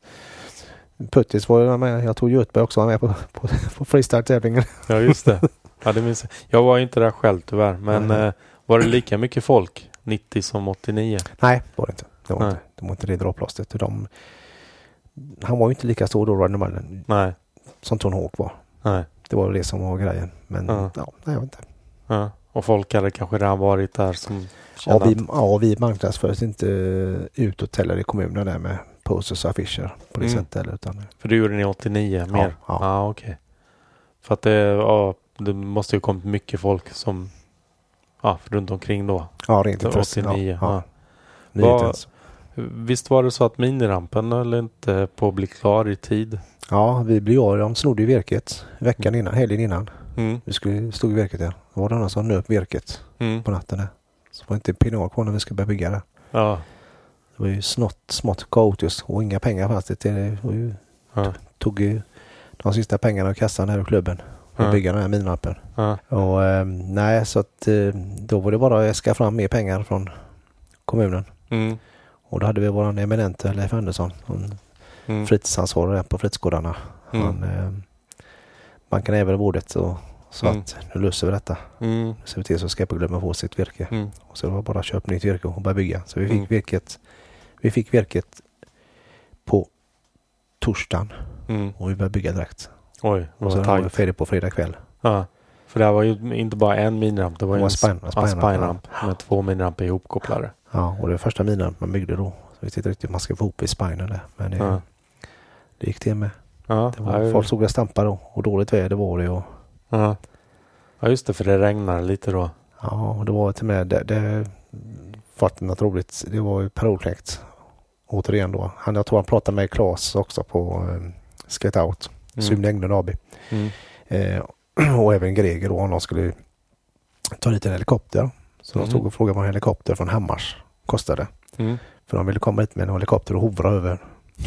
Puttis var ju med. Jag tog Göteborg också var med på, på, på freestyle-tävlingen. Ja, just det. Ja, det minns jag. Jag var inte där själv tyvärr, men Nej. eh, var det lika mycket folk nittio som åttionio? Nej, det var det inte. Det var Nej. inte, det var inte det dragplåstret. De, han var ju inte lika stor då, Rodney Mullen, Nej, som Tony Hawk var. nej. det var väl det som var grejen. Men Ja. ja, nej, jag vet inte. Ja. Och folk hade kanske redan varit där som Ja, kände vi, ja, vi marknadsfördes inte utåt heller i kommunen där med posters och affischer på det Mm. sättet. Eller, utan, För det gjorde ni åttionio mer? ja. ah, okej. Okay. För att det, ja, det måste ju kommit mycket folk som ja, runt omkring då. ja, rent intresse. åttionio. Ja, Ja. ja. Vad- Visst var det så att minirampen höll inte på att bli klar i tid? ja, vi blev av. De snodde ju virket veckan innan, helgen innan. Mm. Vi skulle stod i virket där. Då var det någon som nöp virket Mm. på natten där. Så var det inte pinal kvar när vi skulle börja bygga det. Ja. Det var ju smått, smått kaotiskt och inga pengar fanns det till. Det var ju, Ja. tog ju de sista pengarna ur kassan här i klubben för att Ja. bygga den här minirampen. Ja. Och eh, nej, så att eh, då var det bara att äska fram mer pengar från kommunen. Mm. Och då hade vi våran eminente Leif Andersson, en Mm. fritidsansvarig där på fritidsgårdarna. Mm. Han eh, bankade över bordet och sa Mm. att nu löser vi detta. Mm. Nu ser vi till så Skepparklubben får sitt virke. Mm. Och så det var bara att köpa nytt virke och börja bygga. Så vi fick Mm. virket vi fick virket på torsdagen Mm. och vi började bygga direkt. Oj, Och så vad var vi tajt. färdiga på fredag kväll. Ja. För det här var ju inte bara en miniramp, det var Det ju var en spine- ja, spineramp, spineramp med två miniramper ihopkopplade. Ja, och det var första minan man byggde då. Så vi vet inte riktigt hur man ska få ihop i spinen där. Men det, Ja. det gick det med. Ja. Det var, Ja, folk såg det stampa då och dåligt väder var det. Och, ja. Ja, just det, för det regnade lite då. ja, och det var till med det, det fått något roligt. Det var ju periodknäckt. Återigen då. Han, jag tror han pratade med Claes också på eh, Skate Out. Mm. Sune Englund A B. Mm. Eh, och även Greger då, om de skulle ta dit en helikopter. Så Mm. de stod och frågade vad en helikopter från Hammars kostade. Mm. För de ville komma hit med en helikopter och hovra över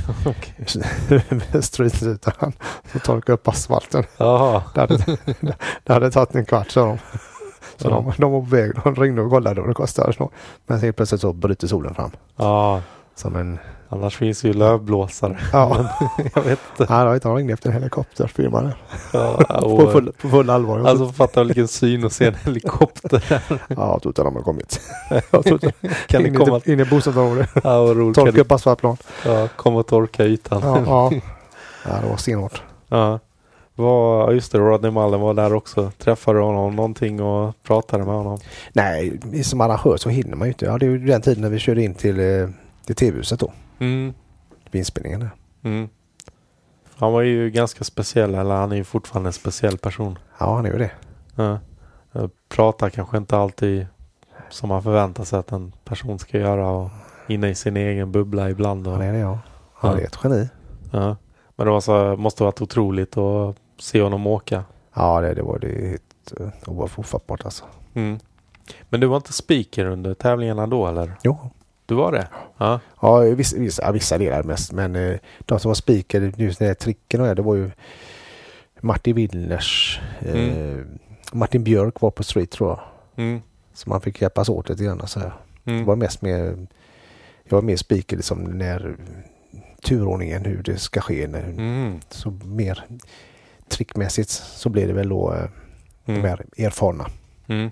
streetrutan och torka upp asfalten. Jaha. Det hade, det hade tagit en kvart, så de. Så Ja. de, de var på väg. De ringde och kollade och det kostade. Så. Men helt plötsligt så bryter solen fram. Ja, Som en... annars finns ju lövblåsare. Ja, Jag vet inte. ja de ringde efter en helikopter. Filmade. Ja, På, och, full, på full allvar. alltså fatta vilken syn och se en helikopter där. Ja, jag tror inte de har kommit. Jag tror inte. Kan det in, komma? in i bostadsområdet. Ja, vad roligt. Kan Torka det upp asfaltplan. ja, komma och torka ytan? Ja, ja. Ja, det var stenhårt. Ja. Vad, ja, just det, Rodney Mullen var där också. Träffade du honom någonting och pratade med honom? Nej, som arrangör så hinner man ju inte. Ja, det är ju den tiden när vi körde in till, eh, till tv-huset då. Mm. Vid inspelningen där. Mm. Han var ju ganska speciell, eller han är ju fortfarande en speciell person. Ja, han är ju det. Ja. Jag pratar kanske inte alltid som man förväntar sig att en person ska göra och inne i sin egen bubbla ibland. Och, Han är det, ja. Han Ja. är ett geni. ja. Men det var så, måste ha varit otroligt att se honom åka. Ja, det, det var det helt uh, ofattbart alltså. Mm. Men du var inte speaker under tävlingarna då, eller? Jo. Du var det? Ja. Ja, vissa, vissa, vissa delar mest. Men eh, de som var speaker, just den här tricken och det, det var ju Martin Willners. Eh, Mm. Martin Björk var på street, tror jag. Mm. Så man fick hjälpas åt lite grann. Så här. Det Mm. var mest med, jag var mer speaker liksom när turordningen, hur det ska ske. När, Mm. Så mer trickmässigt så blir det väl då eh, Mm. de här erfarna. Mm.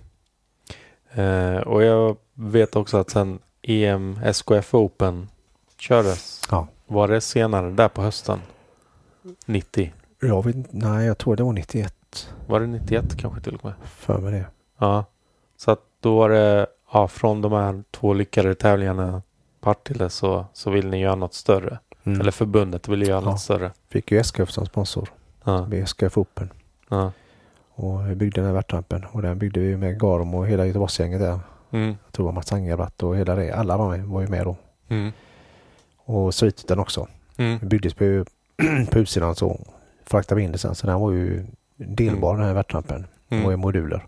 Eh, och jag vet också att sen E M S K F Open kördes. Ja. Var det senare där på hösten? nittio? Jag vet inte, nej, jag tror det var nittioett Var det nittioett kanske till och med? för mig det. Ja. Så att då var det, ja, från de här två lyckade tävlingarna Partille så, så vill ni göra något större. Mm. Eller förbundet vill göra Ja. något större. Fick ju S K F som sponsor. Ja. Med S K F Open. Ja. Och vi byggde den här värtrampen. Och den byggde vi med Garm och hela Göteborgsgänget där. Mm. Jag tror det var Mats Angerbratt och hela det. Alla de var ju med då. Mm. Och streeten också. Mm. Det byggdes på, på utsidan så fraktade vi in det sen. Så den var ju delbar Mm. den här värtrampen. Det var ju Mm. moduler.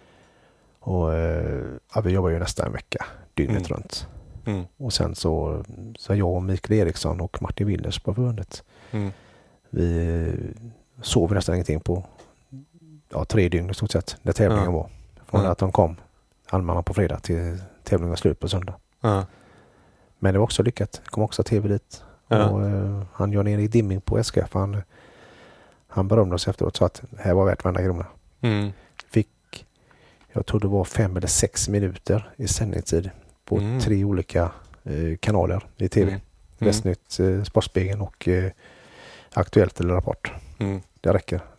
Och eh, ja, vi jobbade ju nästan en vecka. Dygnet Mm. runt. Mm. Och sen så, så jag och Mikael Eriksson och Martin Willners på förbundet. Mm. Vi eh, sov nästan ingenting på ja, tre dygn i stort sett när tävlingen Ja. var. Från Ja. att de kom anmälan på fredag till tävlingen var slut på söndag. Ja. Men det var också lyckat. Det kom också tv dit. Ja. Och, eh, han Jan-Erik Dimming på S K F, han, han berömde oss efteråt så att det här var värt varenda krona. Mm. Fick, jag tror det var fem eller sex minuter i sändningstid på Mm. tre olika eh, kanaler i tv. Mm. Västnytt, eh, Sportspegeln och eh, Aktuellt eller Rapport. Mm. Det räcker.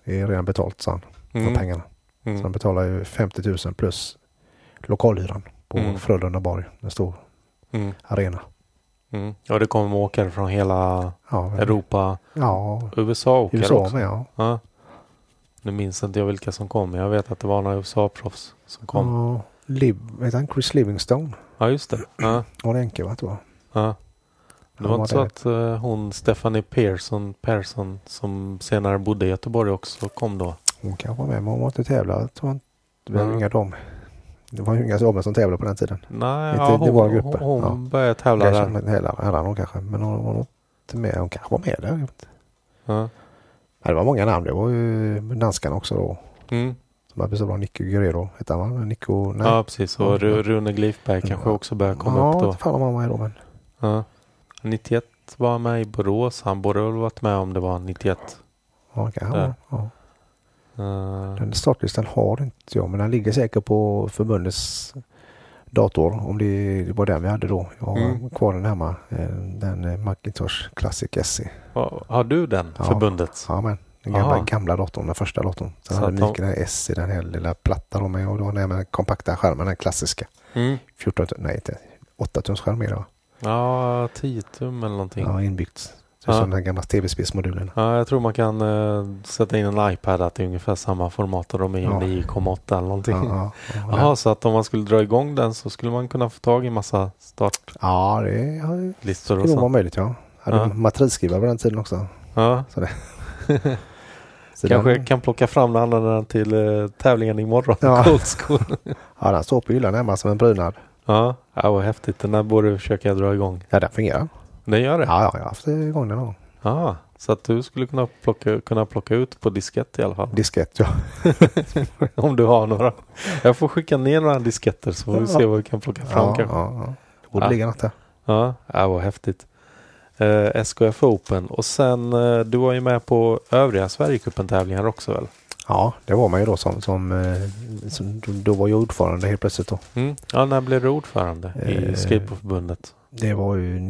är redan betalt, sa han, för Mm. pengarna. Mm. Så han betalar ju femtio tusen plus lokalhyran på Mm. Frölundaborg, en stor Mm. arena. Mm. Ja, det kommer åkare från hela Ja, men- Europa, Ja, U S A-åkare U S A också. med, ja. Ja. Nu minns inte jag vilka som kom, men jag vet att det var några U S A-proffs som kom. Ja, Liv, vet han, Chris Livingstone. Ja, just det. Ja. Var det enkel, va? Det var. Ja. Det Han var var inte så där. att uh, hon, Stephanie Persson, Persson, som senare bodde i Göteborg också, kom då? Hon kanske var med, men hon var inte tävlad. Jag tror inte. Det var Ja. inga dam. Det var ju inga damer som tävlade på den tiden. Nej, Inte- ja, det hon, var grupper. hon, hon Ja. började tävla Jag där. känner hela herran hon kanske. Men hon var nog inte med. Hon kanske var med där. Jag vet inte. Ja. Ja, det var många namn. Det var ju danskarna också då. Mm. Som hade så bra Nico Guerrero. Hette han, va? Nico... Nej. Ja, precis. Och Ja. Ru- Rune Glifberg kanske Ja. också började komma ja, upp då. inte fan om han var med då, men... Ja. nittioett var han med i Borås. Han borde väl varit med om det var nittioett. Ja, kanske Där. var. Ja. Uh, Den startlistan har inte jag, men den ligger säkert på förbundets dator. Om det, det var den vi hade då. Jag har Mm. kvar den hemma. eh, Den eh, Macintosh Classic S E. har, har du den? Ja. Förbundet? Ja, men den gamla, Aha. gamla datorn, den första datorn. Sen Så hade att de- Mikael den S i den här lilla platta då med, och då den här med kompakta skärmen, den klassiska. Mm. fjorton, nej inte, åtta tums skärm är det, va? Ja, tio tum eller någonting. Ja. Ja, inbyggt. Så Ja. som den gamla tv-spelsmodulen. Jag tror man kan uh, sätta in en iPad att det är ungefär samma format och de är ju Ja. nio komma åtta eller någonting. Ja, ja, ja, Jaha, så att om man skulle dra igång den så skulle man kunna få tag i massa startlistor ja, det ja, det och skulle nog vara sånt. möjligt, ja. Jag hade Ja. matrisskrivare på den tiden också. Ja. Så det. Så Kanske den, kan plocka fram den andra den till uh, tävlingen imorgon. Ja. Old school. ja, den står på hyllan hemma som en prydnad. Ja, ja, vad häftigt. Den där borde du försöka dra igång. Ja, den fungerar. Den gör det? Ja, ja, jag har haft igång den någon gång. Ja, så att du skulle kunna plocka, kunna plocka ut på diskett i alla fall. Diskett, ja. Om du har några. Jag får skicka ner några disketter så får vi se vad vi kan plocka fram Ja, kanske. ja, ja. Det borde Ja. ligga något där. Ja, ja vad häftigt. Eh, S K F Open och sen eh, du var ju med på övriga Sverigecupen-tävlingar också väl? Ja, det var man ju då som, som, eh, som då, då var jag ordförande helt plötsligt då. Mm. Ja, när blev du ordförande i Eh, Skateboardförbundet? Det var ju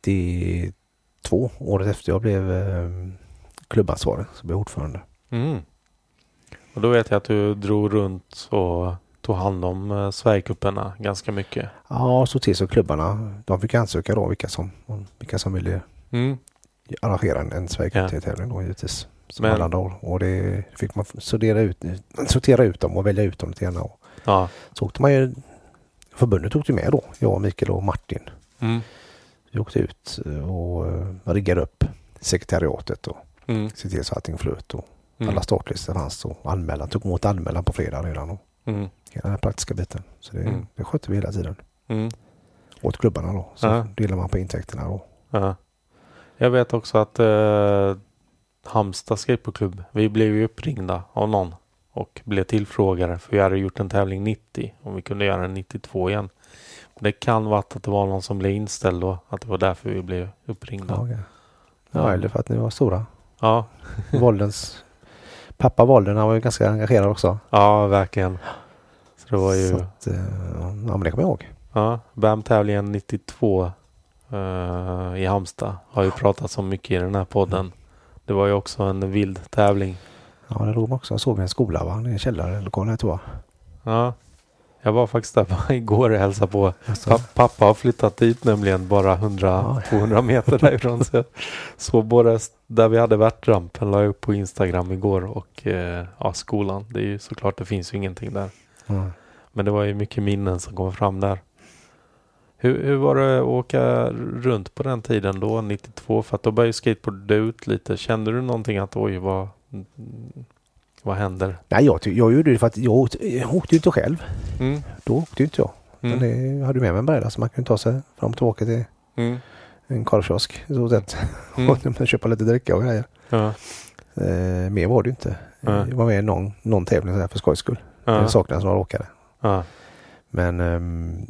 nittiotvå, året efter jag blev eh, klubbansvarig, så blev jag ordförande. Mm. Och då vet jag att du drog runt och tog hand om eh, Sverigecuperna ganska mycket. Ja, så till så klubbarna, de fick ansöka då vilka som, vilka som ville Mm. arrangera en, en Sverigecup-tävling då givetvis. Som Men- alla andra år. Och det fick man sortera ut, sortera ut dem och välja ut dem lite grann. Och Ja. så åkte man ju, förbundet tog ju med då, jag, Mikael och Martin. Mm. Vi åkte ut och uh, riggade upp sekretariatet och Mm. se till så allting flöt och Mm. alla startlistor fanns och anmälan, tog emot anmälan på fredag redan och Mm. hela den här praktiska biten. Så det, Mm. det skötte vi hela tiden. Mm. Åt klubbarna då, så Ja. delar man på intäkterna då. Ja. Jag vet också att eh, Halmstad skateboardklubb, vi blev ju uppringda av någon och blev tillfrågade för vi hade gjort en tävling nittio om vi kunde göra en nittiotvå igen. Det kan vara att det var någon som blev inställd då, att det var därför vi blev uppringda. Ja, okej. Ja. Ja, eller för att ni var stora. Ja, Voldens pappa Volden, han var ju ganska engagerad också. ja verkligen. Så det var ju, Så att, eh, ja men det kommer jag ihåg. ja, B A M-tävlingen nittiotvå eh, i Halmstad har ju pratats om mycket i den här podden. Det var ju också en vild tävling. Ja, det låg också. Jag såg en skola, va? I en källarlokal här, tror jag. Ja, jag var faktiskt där bara igår och hälsade på. Alltså, Pa- pappa har flyttat dit nämligen bara hundra till tvåhundra meter därifrån. Så, så både där vi hade värtrampen la jag upp på Instagram igår och eh, ja, skolan. Det är ju såklart, det finns ju ingenting där. ja. Men det var ju mycket minnen som kom fram där. Hur, hur var det att åka runt på den tiden då, nittiotvå? För att då började skateboard dö ut lite. Kände du någonting att oj, vad, vad händer? Nej, jag, ty- jag gjorde det för att jag åkte, jag åkte ju inte själv. Mm. Då åkte ju inte jag. Mm. Men det, jag hade med mig en bräda så man kunde ta sig fram och tillbaka till Mm. en korvkiosk i så sätt. Mm. Och köpa lite dricka och grejer. Ja. Eh, mer var det ju inte. Ja. Jag var med i någon, någon tävling så här för skojs skull. Ja. Det saknades några åkare. Ja. Men um,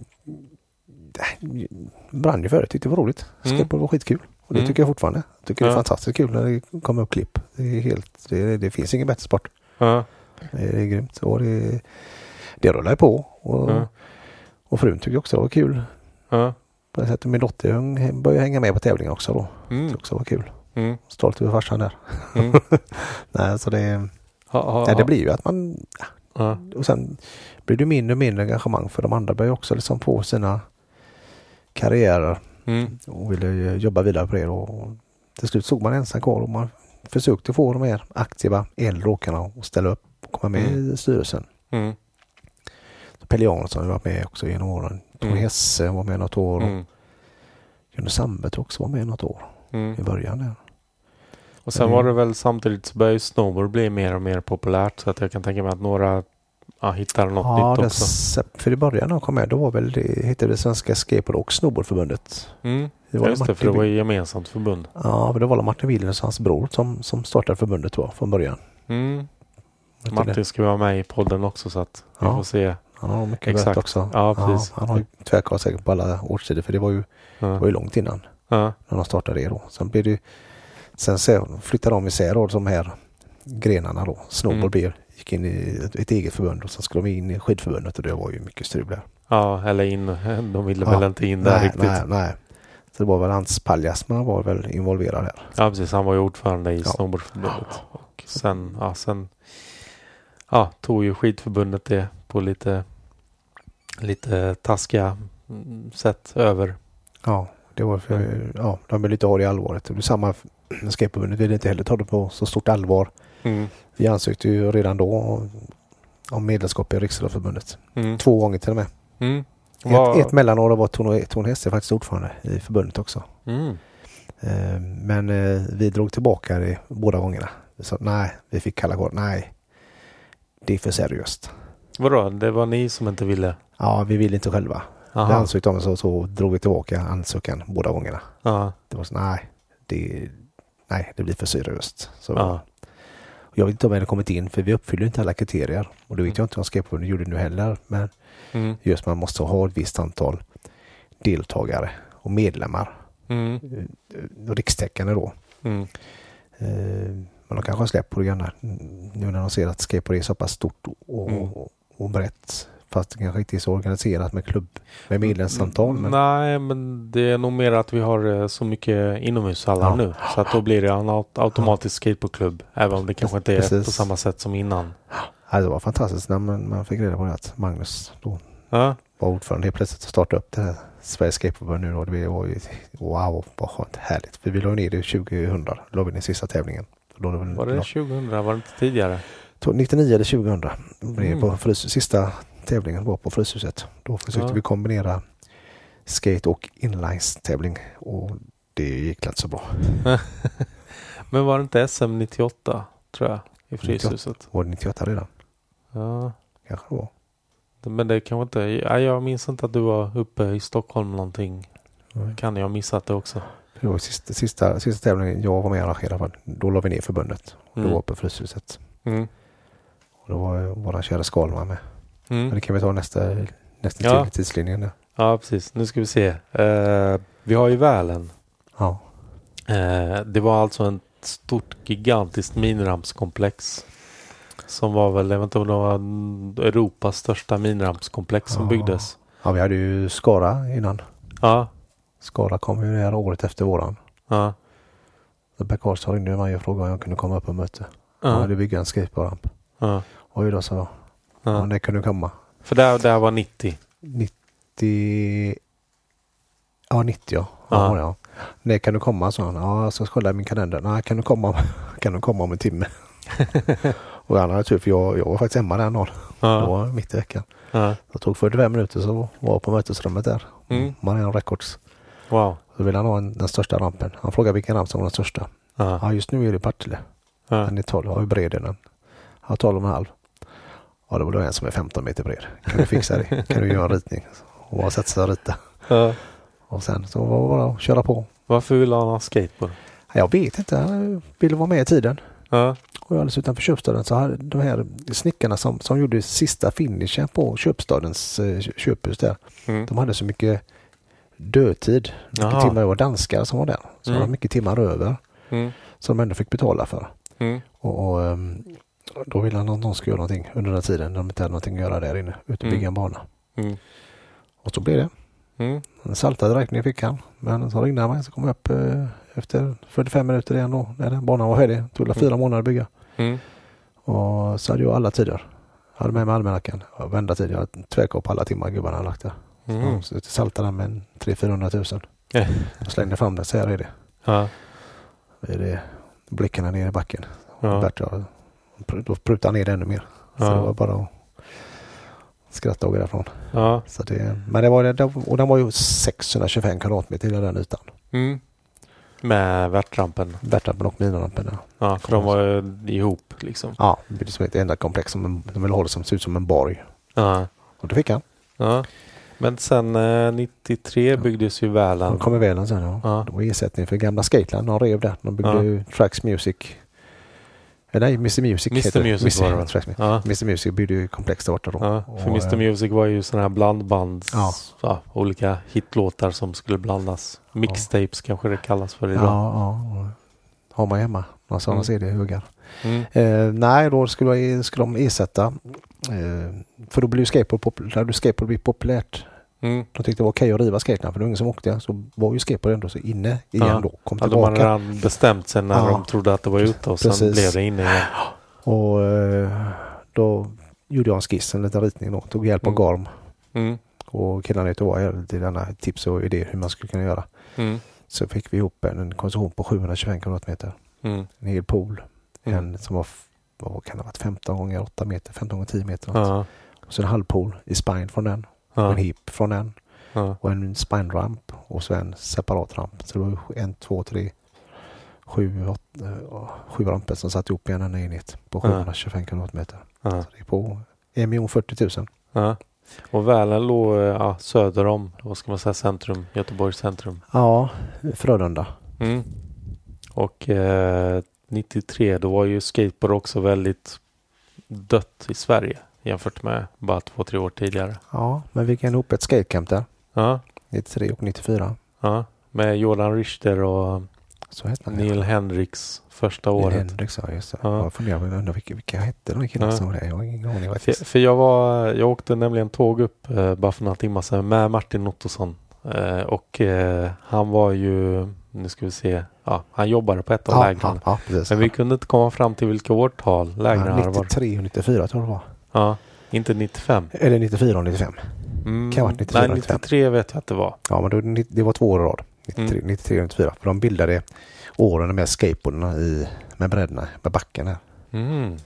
äh, brann ju för det. Tyckte det var roligt. Mm. Skateboard var skitkul. Och det Mm. tycker jag fortfarande. Jag tycker det är Ja. fantastiskt kul när det kommer upp klipp. Det är helt, det, det finns ingen bättre sport. Ja. Det är, det är grymt. Och det, det rullar ju på. Och, Ja. och frun tycker också det var kul. Ja. På det sättet min dotter hon började hänga med på tävlingen också då. Mm. Det också var kul. Mm. Stolt över farsan där. Mm. Nej, så det, Ha, ha, ja, det blir ju att man... Ja. Och sen blir det mindre och mindre engagemang för de andra börjar också liksom på sina karriärer Mm. och ville jobba vidare på det. Och till slut såg man ensam kvar och man försökte få de här aktiva äldre åkarna att ställa upp och komma med Mm. i styrelsen. Mm. Pelle Jansson har varit med också genom åren. Tony Mm. Hesse var med något år. Mm. Och Jonny Sandberg också var med något år Mm. i början där. Och sen var det väl samtidigt så började snowboard bli mer och mer populärt så att jag kan tänka mig att några ja, hittar något Ja, nytt det, också. för i början när jag kom med då var väl det, hittade det Svenska Skateboard- och Snowboardförbundet. Mm. Det var Just det, Martin, för det var ju gemensamt förbund. Ja, för det var Martin Williams och hans bror som, som startade förbundet då från början. Mm. Vet du Martin det? ska vara med i podden också så att vi Ja. får se. Han har mycket Exakt. berättat också. Ja, precis. han har ju tvärkoll säkert på alla årstider för det var ju, Ja. var ju långt innan Ja. när de startade det då. Sen blev det sen så flyttade de isär då de här grenarna då. Snowboard Mm. blev, gick in i ett, ett eget förbund och sen skulle de in i skidförbundet och det var ju mycket strul där. ja, eller in. De ville Ja. väl inte in där nej, riktigt. nej, nej. Så det var väl Hans Paljasman var väl involverad där. Ja, precis. Han var ju ordförande i Ja. snowboardförbundet. Och sen, ja, sen ja, tog ju skidförbundet det på lite lite taskiga mm, sätt över. Ja, det var för, ja, de är lite hårda i allvaret. Det blir samma skateförbundet ville inte heller ta det på så stort allvar. Mm. Vi ansökte ju redan då om medlemskap i Riksidrottsförbundet. Mm. Två gånger till och med. Mm. Var... Ett, ett mellanår var Tony, Tony Hesse faktiskt ordförande i förbundet också. Mm. Eh, men eh, vi drog tillbaka det båda gångerna. Vi sa nej, vi fick kalla kort. Nej, det är för seriöst. Vadå? Det var ni som inte ville? Ja, vi vill inte själva. Aha. Vi ansökte om det så, så drog vi tillbaka ansökan båda gångerna. Ja. Det var så nej, det, nej, det blir för seriöst. Så, Ja. jag vet inte om jag hade kommit in för vi uppfyller inte alla kriterier. Och det vet jag inte om skateförbundet gjorde nu heller. Men Mm. just man måste ha ett visst antal deltagare och medlemmar. Mm. Och rikstäckande då. Mm. Eh, men de kanske har släppt på det grann nu när de ser att skateboard är så pass stort och, Mm. och, och brett. Fast det kanske inte är så organiserat med klubb med medlemssamtal. Men... Nej, men det är nog mer att vi har eh, så mycket inomhushallar Ja. nu. Så att då blir det en aut- automatisk skateboardklubb. Även om det kanske inte är Precis. på samma sätt som innan. Ja, det var fantastiskt när man, man fick reda på det att Magnus då Ja. var ordförande helt plötsligt och startade upp det här Sveriges skateboardförbund nu. Och det var ju wow, vad skönt, härligt. För vi la ner det tjugohundra, la vi den sista tävlingen. Då det väl, Var det tjugohundra? Var det inte tidigare? nittionio eller tjugohundra. Det Mm. på frys, sista tävlingen var på Fryshuset. Då försökte Ja. vi kombinera skate och inlines-tävling och det gick inte så bra. Men var det inte S M nittioåtta, tror jag, i Fryshuset? Var det nittioåtta redan? Ja. Kanske det var. Men det kanske inte... Ja, jag minns inte att du var uppe i Stockholm någonting. Mm. Kan jag ha missat det också? Det var sista, sista, sista tävlingen jag var med och arrangerade. Då la vi ner förbundet. Mm. Då var på Fryshuset. Mm. Och då var våra kära Skalman med. Mm. Men det kan vi ta nästa, nästa Ja. till tidslinjen där. Ja, precis. Nu ska vi se. Uh, vi har ju Välen. Ja. Uh, det var alltså en stort, gigantiskt minirampskomplex. Som var väl, jag vet inte om det var Europas största minirampskomplex som Ja. byggdes. Ja, vi hade ju Skara innan. Ja, Skara kom ju det här året efter våran. ja, Per Karlsson ringde mig och frågade om jag kunde komma upp på möte. Ja. Jag ja, hade byggt en skateboardramp. ja, Och då sa jag, ja. ja, det kunde komma. För där, där var nittio. nittio... Ja, nittio ja. Ja. Ja, ja. Nej, kan du komma? Så han. Ja, jag ska kolla i min kalender. Nej, kan du komma, kan du komma om en timme? Och han hade tur för jag, jag var faktiskt hemma den dagen. Det Ja, var mitt i veckan. ja. Det tog fyrtiofem minuter så var jag på mötesrummet där. Mm. Marianne Records. Wow. Så ville han ha en, den största rampen. Han frågade vilken ramp som var den största. Ja, Ja, just nu är det Partille. ja. Den är tolv. Ja, hur bred är den? Ja, tolv och en halv. Ja, det var då en som är femton meter bred. Kan du fixa det? Kan du göra en ritning? Och bara sätta sig och rita. Ja. Och sen så var det bara att köra på. Varför ville han ha skateboard? Jag vet inte. Han ville vara med i tiden. Ja, Och alldeles utanför köpstaden så hade de här snickarna som, som gjorde sista finishen på köpstadens eh, köphus där. mm. De hade så mycket dödtid. Mycket Jaha. timmar. Det var danskar som var där. Så Mm. de hade mycket timmar över. Mm. Som de ändå fick betala för. Mm. Och, och um, då ville han att någon skulle göra någonting under den tiden. När de inte hade någonting att göra där inne. Ute och Mm. bygga en bana. Mm. Och så blev det. Mm. En saltad räkning fick han. Men så ringde han mig. Så kom jag upp eh, efter fyrtiofem minuter igen då. När den banan var färdig. Det tog mm. fyra månader att bygga. Mm. Och jag, så hade jag alla tider. Jag hade med mig almanackan. Vända tid. Jag hade tvekar på alla timmar gubbarna hade lagt där. Mm. Så jag saltade den med tre till fyrahundratusen. Yeah. Jag slängde fram den, så här är det. Ja. Är det blickarna ner i backen. Ja. Bättre, då prutade ner det ännu mer. Så Ja. det var bara att skratta och gå därifrån. Ja. Så det, men det var det, och den var ju sexhundratjugofem kvadratmeter hela den ytan. Mm. Med värtrampen. Värtrampen och minirampen. Ja, Ja, för de var ju ihop liksom. ja det blir som ett enda komplex som en, de vill ha det som ser ut som en borg. Ja. Och det fick han. Ja. Men sen eh, nittiotre byggdes ju Välen. De kommer väl sen. Ja. Ja. Det var ersättning för gamla Skateland. De rev där. De byggde Ja. ju Tracks Music. Eh, nej, mister Music. mister heter Music det. var det väl? Tracks, Ja. mister Music byggde ju komplex där borta då. Ja, för Och, mister eh, Music var ju sådana här blandbands, Ja. ja, olika hitlåtar som skulle blandas. Mixtapes kanske det kallas för Ja, idag. ja. Har man hemma. Några sådana Mm. C D-huggar. Mm. Eh, nej, då skulle, skulle de ersätta. Eh, för då blev ju skateboard, popul- då skateboard blev populärt. Mm. De tyckte det var okej att riva skaterna, för det var ingen som åkte. Så var ju skateboard ändå så inne igen Ja. då. Kom Ja, de hade tillbaka. redan bestämt sig när Ja. de trodde att det var ute och sen Precis. blev det inne igen. Och eh, då gjorde jag en skiss, en liten ritning då. Tog hjälp av Mm. Garm. Mm. Och killarna i Göteborg till denna tips och idé hur man skulle kunna göra. Mm. Så fick vi ihop en, en konstruktion på sjuhundratjugofem kvadratmeter. Mm. En hel pool. Mm. En som var, f- vad kan det ha varit, femton gånger åtta meter, femton gånger tio meter. något. Ja. Och så en halvpool i spine från den. Och Ja. en hip från den. Ja. Och en spine ramp. Och så en separat ramp. Så det var en, två, tre, sju, åtta, eh, sju ramper som satt ihop i en enda enhet på Ja. sjuhundratjugofem kvadratmeter. Ja. Så det är på en miljon fyrtio tusen. Ja. Och Välen låg ja, söder om, vad ska man säga, centrum, Göteborgs centrum. Ja, Frölunda. Mm. Och eh, nittiotre då var ju skateboard också väldigt dött i Sverige jämfört med bara två, tre år tidigare. Ja, men vi kan ihop ett skatecamp där. Ja, nittiotre och nittiofyra. ja. Med Jordan Richter och Så heter han. Neil Hendricks första Neil året. Hendricks, ja, just det. Ja. Jag funderar på undrar vilka, vilka hette de killarna Ja. som var det. Jag har ingen aning För, faktiskt. för jag var, jag åkte nämligen tåg upp eh, bara för några timmar sedan med Martin Ottosson. Eh, och eh, han var ju, nu ska vi se, ja, han jobbade på ett av Ja, lägren. ja, ja, precis. Men vi kunde inte komma fram till vilka årtal lägren ja, hade varit. nittiotre och nittiofyra tror jag det var. Ja, inte nittiofem. Eller nittiofyra och nittiofem. Mm, Kan ha varit nittiofyra, nej, nittiofem. nittiotre vet jag att det var. Ja, men då, det var två år i rad. nittiotre, Mm. nittiotre och nittiofyra. För de bildade åren med skateboarderna i, med brädorna, med backen här. Mm.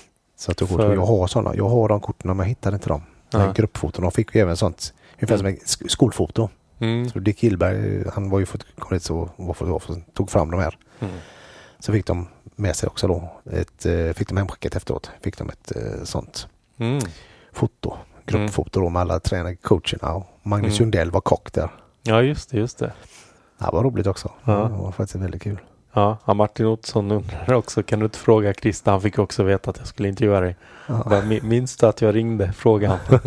Så att jag, För- jag har sådana. Jag har de korten men jag hittade inte dem. Ja. Men gruppfoton. De fick ju även sånt. Ungefär som en sk- skolfoto. Mm. Så Dick Gillberg, han var ju fot- kom dit så var fotograf och tog fram de här. Mm. Så fick de med sig också då. Ett, eh, fick de hemskickat efteråt. Fick de ett eh, sånt Mm. foto. Gruppfoto då med alla tränare, coacherna. Och Magnus Mm. Jundell var kock där. Ja, just det, just det. Det var roligt också. Ja. Det var faktiskt väldigt kul. Ja, ja, Martin Ottosson undrar också, kan du inte fråga Christer? Han fick också veta att jag skulle intervjua dig. Ja. Bara, mi- minns du att jag ringde? Fråga han.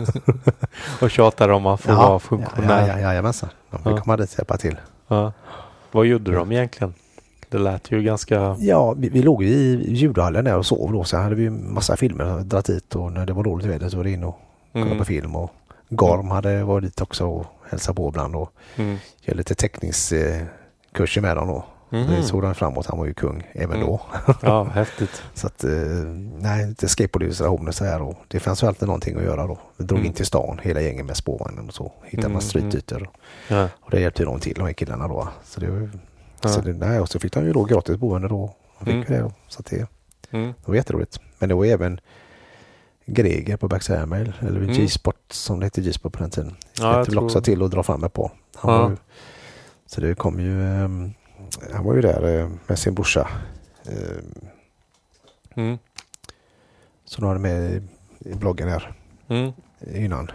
Och tjatade om han får vara funktionär. Ja, ja, ja, jajamensan. De fick Ja. komma dit och hjälpa till. Ja. Vad gjorde de egentligen? Det lät ju ganska... Ja, vi, vi låg ju i ljudhallen där och sov då. Sen hade vi massa filmer dratt dit och när det var dåligt väder så var det in och kolla Mm. på film. Och Garm hade varit dit också och hälsat på ibland och Mm. gjorde lite teckningskurser med dem då. Mhm. Det såg han framåt. Han var ju kung även Mm. då. Ja, häftigt. Så att, eh, nej, lite skateboardillustrationer så här och det fanns ju alltid någonting att göra då. Vi drog Mm. in till stan, hela gängen med spårvagnen och så. Hittade Mm, man strytytor. Ja. Och det hjälpte ju de till, de här killarna då. Så det var ju, Ja. så det, nej, och så fick de ju då gratis boende då. De fick Mm. ju det då. Så att det, Mm. det var jätteroligt. Men det var ju även Greger på Backs Airmail, eller Mm. G-sport som det hette G-sport på den tiden. Ja, jag hjälpte väl tror- också till att dra fram ett par. Han Ja. var ju, så det kom ju, ehm, han var ju där eh, med sin brorsa. Eh, Mm. som de hade med i, i bloggen här Mm. innan.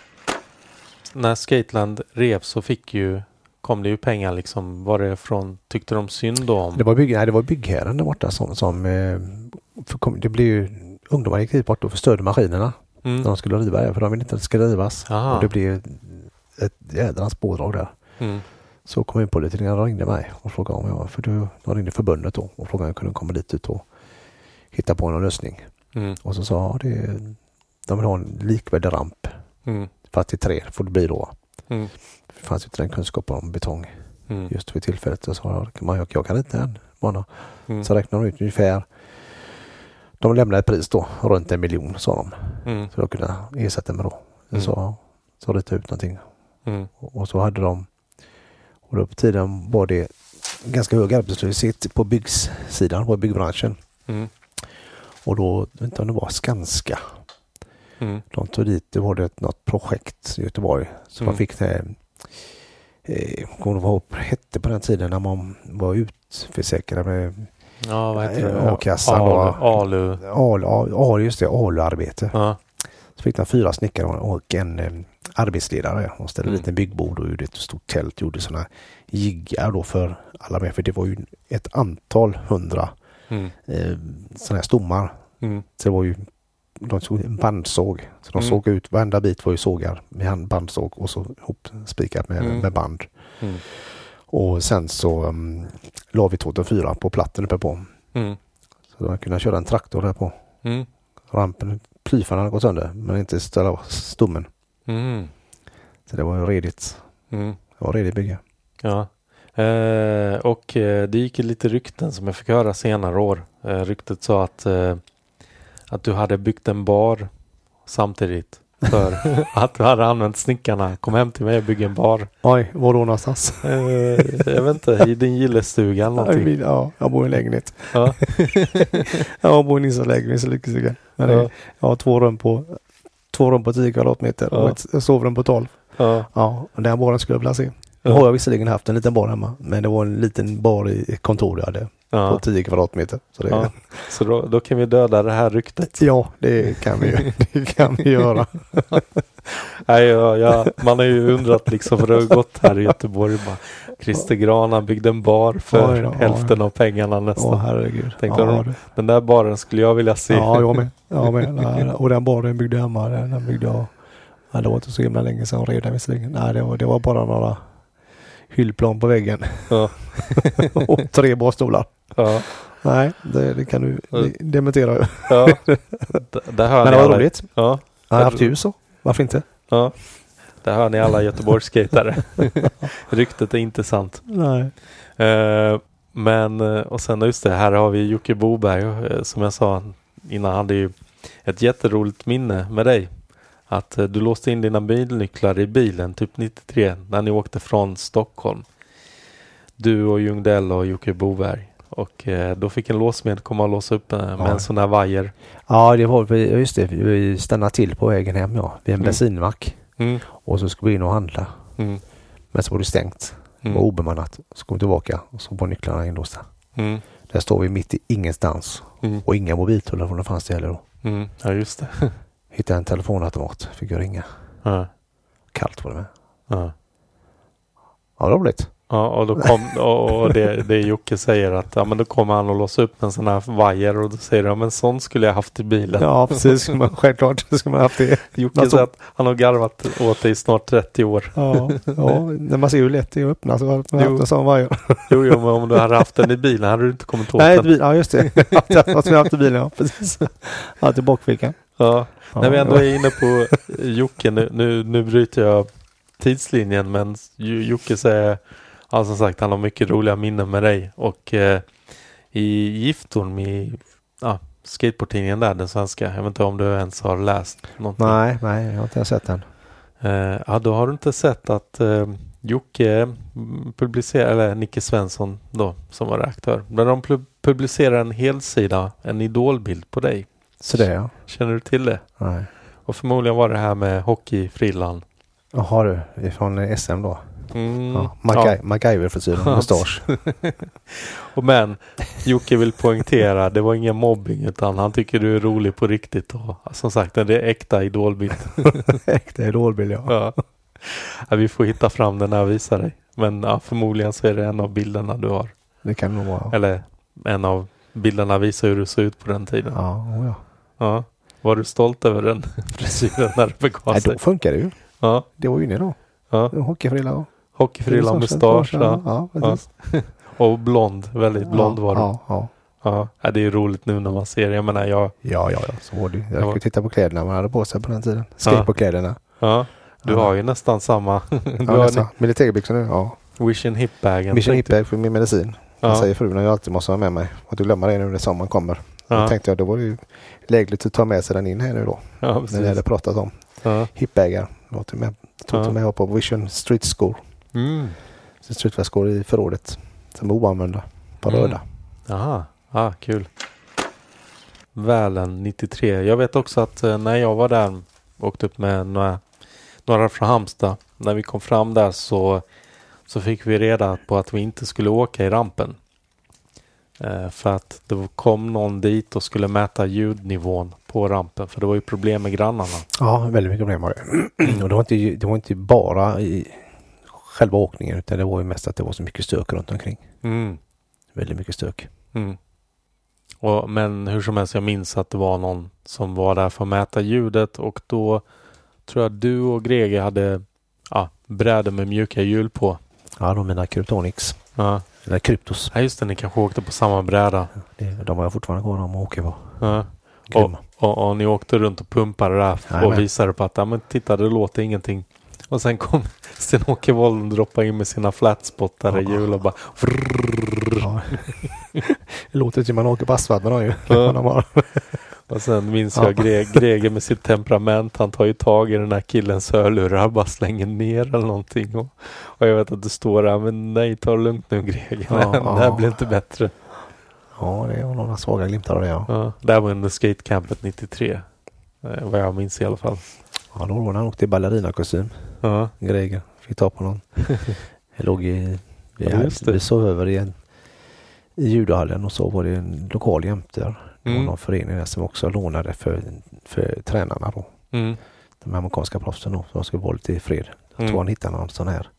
När Skateland revs så fick ju, kom det ju pengar liksom. Var det från, tyckte de synd då om? Det var, bygg, nej, det var byggherren där borta som, som eh, för kom, det blev ju, ungdomar gick dit bort och förstörde maskinerna Mm. när de skulle riva det, för de ville inte att det skulle rivas. Aha. Och det blev ett jädrans pådrag där. Mm. Så kom vi på lite när de ringde mig och frågade om jag, för du, de ringde förbundet då och frågade om jag kunde komma dit ut och hitta på någon lösning. Mm. Och så sa jag, det, de vill ha en likvärdig ramp. Mm. Fast till tre får det bli då. Mm. Det fanns ju inte den kunskapen om betong Mm. just för tillfället. Och så sa jag, jag, jag kan inte än. Bara. Mm. Så räknade de ut ungefär de lämnade ett pris då, runt en miljon sa de. Mm. Så jag kunde ersätta mig då. Mm. Så, så ritade ut någonting. Mm. Och, och så hade de, och då på tiden var det ganska hög arbetslöshet på byggsidan, på byggbranschen. Mm. Och då, jag vet inte om det var Skanska. Mm. De tog dit, det var det ett, något projekt i Göteborg. Så Mm. man fick det, eh, kommer vad det hette på den tiden när man var utförsäkrad med Ja, vad heter det? eh, A-kassan. Alu. Alu. Alu, Alu, just det, Alu-arbete. Ja. Så fick de fyra snickare och en eh, arbetsledare. Och ställde Mm. dit en byggbord och gjorde ett stort tält. Gjorde sådana jiggar då för alla med. För det var ju ett antal hundra Mm. eh, sådana här stommar. Mm. Så det var ju, de såg en bandsåg. Så de Mm. såg ut, varenda bit var ju sågar med hand bandsåg och så ihop spikat med, Mm. med band. Mm. Och sen så um, la vi två till fyra på platten uppe på. Mm. Så de kunde köra en traktor där på. Mm. Rampen, plyfarna hade gått sönder men inte ställa av stommen. Mm. Så det var ju redigt. Mm. Det var redigt bygge. Ja. Eh, och eh, det gick lite rykten som jag fick höra senare år. Eh, ryktet sa att, eh, att du hade byggt en bar samtidigt. För att du hade använt snickarna. Kom hem till mig och bygg en bar. Oj, var då någonstans? Eh, jag vet inte, i din gillestuga eller någonting. Ja, jag bor i en lägenhet. Ja. Jag bor i en insatslägenhet så lyckas jag. Men Ja. jag har två rum på två rum på tio kvadratmeter och Ja. ett sovrum på tolv. Ja. Ja, och den baren skulle jag vilja se. Nu Ja. har jag visserligen haft en liten bar hemma, men det var en liten bar i ett kontor jag hade Ja. på tio kvadratmeter. Så, det, Ja. ja. Så då, då kan vi döda det här ryktet. ja, det kan vi ju. Det kan vi göra. Nej, ja, ja, man har ju undrat liksom, för det har gått här i Göteborg. Bara, Christer Grana byggde en bar för Oj då, hälften av pengarna nästan. Åh herregud. Tänkte ja, du, det- den där baren skulle jag vilja se. ja, jag med. Jag med. Nej, och den baren byggde jag hemma. Den, den byggde jag. Ja, det var inte så himla länge sedan jag rev den visserligen. Nej, det var, det var bara några hyllplan på väggen. Ja. och tre barstolar. Ja. Nej, det, det kan du det dementera ju. Ja. D- där hör Men ni det var alla, roligt. Ja. Jag har haft ljus så. Varför inte? Ja. Där hör ni alla Göteborgsskejtare. Ryktet är inte sant. Nej. Eh, men, eh, och sen just det, här har vi Jocke Boberg. Eh, som jag sa innan, hade ju ett jätteroligt minne med dig. Att eh, du låste in dina bilnycklar i bilen typ nittiotre när ni åkte från Stockholm. Du och Ljungdell och Jocke Boberg. Och eh, då fick en låsmed komma och låsa upp eh, med Ja. en sån här vajer. Ja, det var vi- just det. Vi stannade till på vägen hem, ja. Vid en Mm. bensinmack. Mm. Och så skulle vi in och handla. Mm. Men så var det stängt. Det var Mm. obemannat. Så kom vi tillbaka och så var nycklarna inlåsta. Mm. Där står vi mitt i ingenstans. Mm. Och inga mobiltelefoner fanns det heller då. Mm. Ja, just det. Hittade en telefonautomat. Fick jag ringa. Ja. Kallt var det med. Ja. Ja, det var roligt. Ja, och då kom och och det, det Jocke säger att ja, men då kommer han att låsa upp en sån här vajer och då säger de, men sån skulle jag haft i bilen. Ja, precis. Men självklart ska man ha haft det. Jocke Alltså- säger att han har garvat åt dig i snart trettio år. Ja, ja, när man ser hur lätt det är att öppna så har man Jo. haft en sån vajer. Jo, jo, men om du hade haft den i bilen hade du inte kommit åt Nej, den. ett bil, ja just det. Vad som jag haft i bilen, ja precis. Allt i bakfickan. Ja. Ja, När vi ändå ja. är inne på Jocke, nu, nu, nu bryter jag tidslinjen, men Jo- Jocke säger, ja, som sagt, han har mycket roliga minnen med dig. Och eh, i Giftorm, i ja, skateboardtidningen där, den svenska, jag vet inte om du ens har läst någonting. Nej, nej, jag har inte sett den. Eh, ja, då har du inte sett att eh, Jocke mm, publicerar, eller Nicke Svensson då, som var redaktör, där de pu- publicerar en helsida, en idolbild på dig. Så det ja. Känner du till det? Nej. Och förmodligen var det här med hockeyfrillan. Jaha du, ifrån S M då. Mm, Ja, ja. MacGy- MacGyver-frisyren och mustasch. Och men Jocke vill poängtera, det var ingen mobbing utan han tycker du är rolig på riktigt. Och som sagt, det är äkta idolbild. Äkta idolbild, ja. Ja. Ja, vi får hitta fram den här och visa dig. Men ja, förmodligen så är det en av bilderna du har. Det kan nog vara. Eller en av bilderna visar hur du såg ut på den tiden. Ja, oh ja. Ja. Var du stolt över den frisyren när det begav Nej, sig? då funkar det ju. Ja. Det var ju inne då. Ja. Hockeyfrilla och Hockeyfrilla, mustasch. Ja. Ja, precis. Och blond. Väldigt blond ja, var du. Ja, ja. Ja. Ja, det är ju roligt nu när man ser. Jag menar, jag... Ja, ja, ja, så var det ju. Jag Ja. skulle titta på kläderna man hade på sig på den tiden. Skateboardkläderna. Ja. Du Ja. har ju nästan samma. Du Ja, har nästan. Militärbyxor nu, ja. Vision hip-bagen. Mission tänkte- hip för min medicin. Jag Ja. säger frun att jag alltid måste ha med mig. Och du glömmer det nu när sommaren kommer. Ja. Då tänkte jag, då var det ju lägligt att ta med sig den in här nu då. Ja, när vi hade pratat om ja. hipbägar. Jag tog med, tog ja. med på Vision Street Score. Mm. Streetwear Score i förrådet. Som är oanvända. På mm. röda. Jaha, ah, kul. Välen nittiotre. Jag vet också att eh, när jag var där åkte upp med några, några från Halmstad. När vi kom fram där så, så fick vi reda på att vi inte skulle åka i rampen. Eh, för att det kom någon dit och skulle mäta ljudnivån på rampen. För det var ju problem med grannarna. Ja, väldigt mycket problem var det. Och det var inte, det var inte bara i själva åkningen utan det var ju mest att det var så mycket stök runt omkring. Mm. Väldigt mycket stök. Mm. Och, men hur som helst, jag minns att det var någon som var där för att mäta ljudet och då tror jag du och Grege hade ja, brädor med mjuka hjul på. Ja, de mina Kryptonix. Ja. Eller Kryptos. Ja, just det, ni kanske åkte på samma bräda. Det, de var jag fortfarande kvar om att åka på. Ja. Och, och, och ni åkte runt och pumpade där ja, och men. visade på att ja, men titta, det låter ingenting. Och sen kom Sten-Åke Woll och droppade in med sina flatspottar i hjul och bara ja. Det låter som man åker på asfalt med dem ju. Ja. Och sen minns jag ja. Gre- Grege med sitt temperament. Han tar ju tag i den här killens hörlurar och bara slänger ner eller någonting. Och, och jag vet att det står där, men nej, ta det lugnt nu Grege. Ja, det här ja. blir inte bättre. Ja, det var några svaga glimtar av det, ja. ja. Det här var under skatecampet nittiotre. Vad jag minns i alla fall. Ja, då var han åkte i ballerinakostym. Ja. Greger. Fick ta på någon. Jag låg i... Vi, ja, vi sov över i, en, i judohallen och så var det en lokal jämte där. Det var mm. någon förening där som också lånade för, för tränarna då. Mm. De amerikanska proffsen då. De skulle vara lite i fred. Jag mm. tror han hittade någon sån här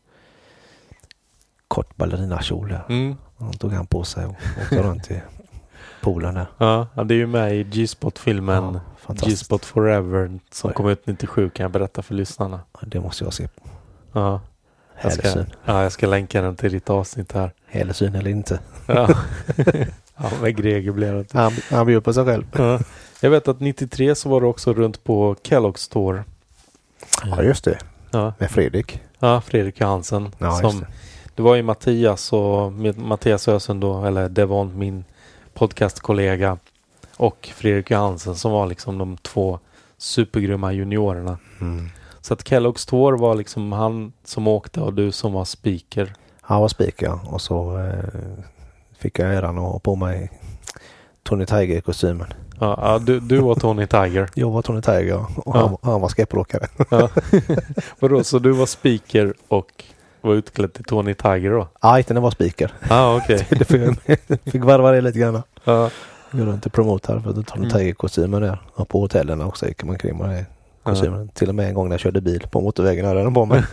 kort ballerinakjol där. Mm. Han tog han på sig och åkte runt i poolen där. Ja, det är ju med i G-spot-filmen ja, G-spot Forever som Oj. kom ut nittiosju, kan jag berätta för lyssnarna. Ja, det måste jag se. Ja. Jag ska, ja, jag ska länka den till ditt avsnitt här. Helsyn eller inte. Ja, ja med Greger blev det. Han, han bjöd på sig själv. Ja. Jag vet att nittiotre så var det också runt på Kellogg Store. Ja, just det. Ja. Med Fredrik. Ja, Fredrik Johansen. Ja, som, det. det var ju Mattias och med Mattias Ösen då, eller Devon, min podcastkollega, och Fredrik Johansen som var liksom de två supergrymma juniorerna. Mm. Så att Kellogg Store var liksom han som åkte och du som var speaker. Han var speaker, ja. Och så eh, fick jag äran att ha på mig Tony Tiger-kostymen. Ja, ja du, du var Tony Tiger. Jag var Tony Tiger och ja. han, han var skepplåkare. Ja. Vadå, så du var speaker och var utklädd till Tony Tiger då? Ja, inte när jag var speaker. Ja, okej. Okay. Det fick varva det lite grann. Ja. Jag var inte promoter för att Tony Tiger-kostymen där. Och på hotellen också gick man kring med det. Kostymen. Ja. Till och med en gång när jag körde bil på motorvägen hade den på mig.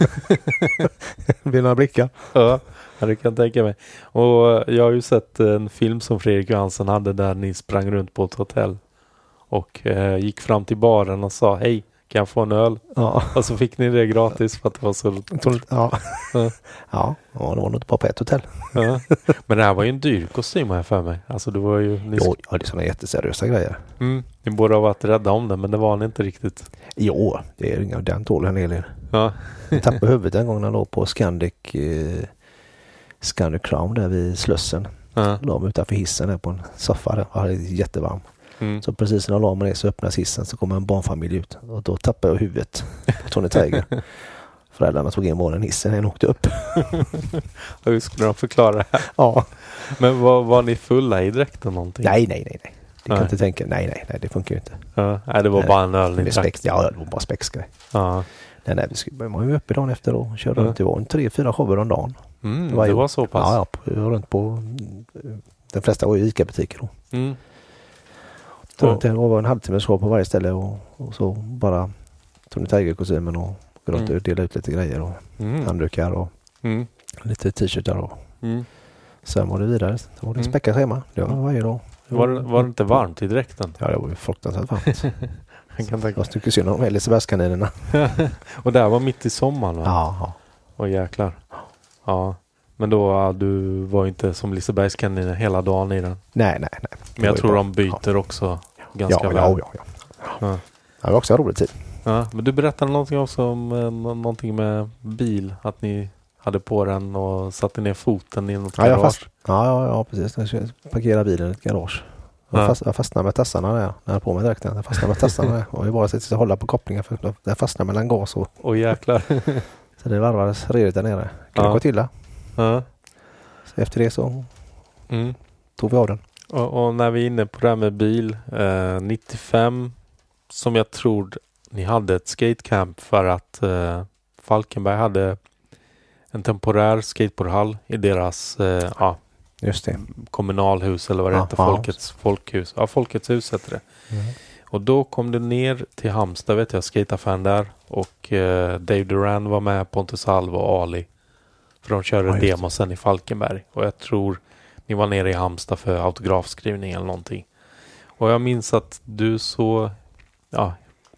Vill några blickar? Ja, det kan jag tänka mig. Och jag har ju sett en film som Fredrik Johansson hade där ni sprang runt på ett hotell och eh, gick fram till baren och sa hej, kan jag få en öl? Ja. Och så fick ni det gratis för att det var så... Ja, ja. ja det var nog inte bara på ett hotell. Ja. Men det här var ju en dyr kostym här för mig. Alltså det var ju... Ni... Jo, ja, det är sådana jätteseriösa grejer. Mm. Ni borde ha varit rädda om det, men det var ni inte riktigt. Jo, det är inga, den tål en hel del. Ja. Jag tappade huvudet en gång när jag låg på Scandic, eh, Scandic Crown där vid Slussen. Ja. Låg mig utanför hissen där på en soffa där. Jag hade jättevarm. Mm. Så precis när jag la mig ner så öppnas hissen så kommer en barnfamilj ut. Och då tappade jag huvudet på Tony Tiger. Föräldrarna tog in målen hissen när jag åkte upp. Hur skulle de förklara det här? Ja. Men var, var ni fulla i dräkten någonting? Nej, nej, nej. nej. Det kan nej. inte tänka. Nej, nej, nej. Det funkar ju inte. Ja, nej, det var nej, bara en öl ni drack. Ja, det var bara späcksgrej. Ja. Nej, nej. Vi skulle, man var ju uppe dagen efter då. Körde ja. runt. Det var en tre, fyra shower om dagen. Mm, det var, det var så pass? Ja, ja. På, runt på... De flesta var ju ICA-butiker då. Mm. Och, det var en halvtimme show på varje ställe och, och så bara Tony Tiger-kostymen och gå runt mm. och dela ut lite grejer och mm. handdukar och mm. lite t-shirtar och mm. sen var det vidare. Det var det mm. späckat schema. Det var varje dag. Var, var, var det inte varmt i dräkten? Ja, det var ju fruktansvärt varmt. Jag kan tänka. Jag tycker synd om Elisabethskaninerna. Och det här var mitt i sommaren, va? Ja. ja. Åh jäklar. Ja. Men då, du var inte som Lisebergskaniner hela dagen i den? Nej, nej, nej. Men jag tror bara, de byter ja. också ganska ja, väl. Ja, ja, ja. ja. Det var också en rolig tid. Ja, men du berättade någonting också om eh, någonting med bil. Att ni hade på den och satte ner foten i något ja, garage. Fast, ja, ja, ja, precis. Jag parkerade bilen i ett garage. Jag, fast, jag fastnade med tassarna där. När jag på med direkten. Jag fastnade med tassarna där. Och vi bara sitter och hålla på kopplingen för jag fastnade mellan gas och... Åh jäklar. Så det varvades redigt där nere. Kunde Ja. gå till det. Ja. Så efter det så Mm. tog vi av den. Och, och när vi är inne på det här med bil. Eh, nittiofem som jag tror ni hade ett skatecamp för att eh, Falkenberg hade en temporär skateboardhall i deras eh, ja, Just det. kommunalhus eller vad det Ja, heter. ja. Folkets folkhus. Ja, Folkets hus heter det. Mm. Och då kom det ner till Halmstad, vet jag, skateaffären där. Och eh, Dave Duran var med, Pontus Alv och Ali. För de körde Ja, just det. demo sen i Falkenberg. Och jag tror ni var nere i Halmstad för autografskrivning eller någonting. Och jag minns att du så... Ja,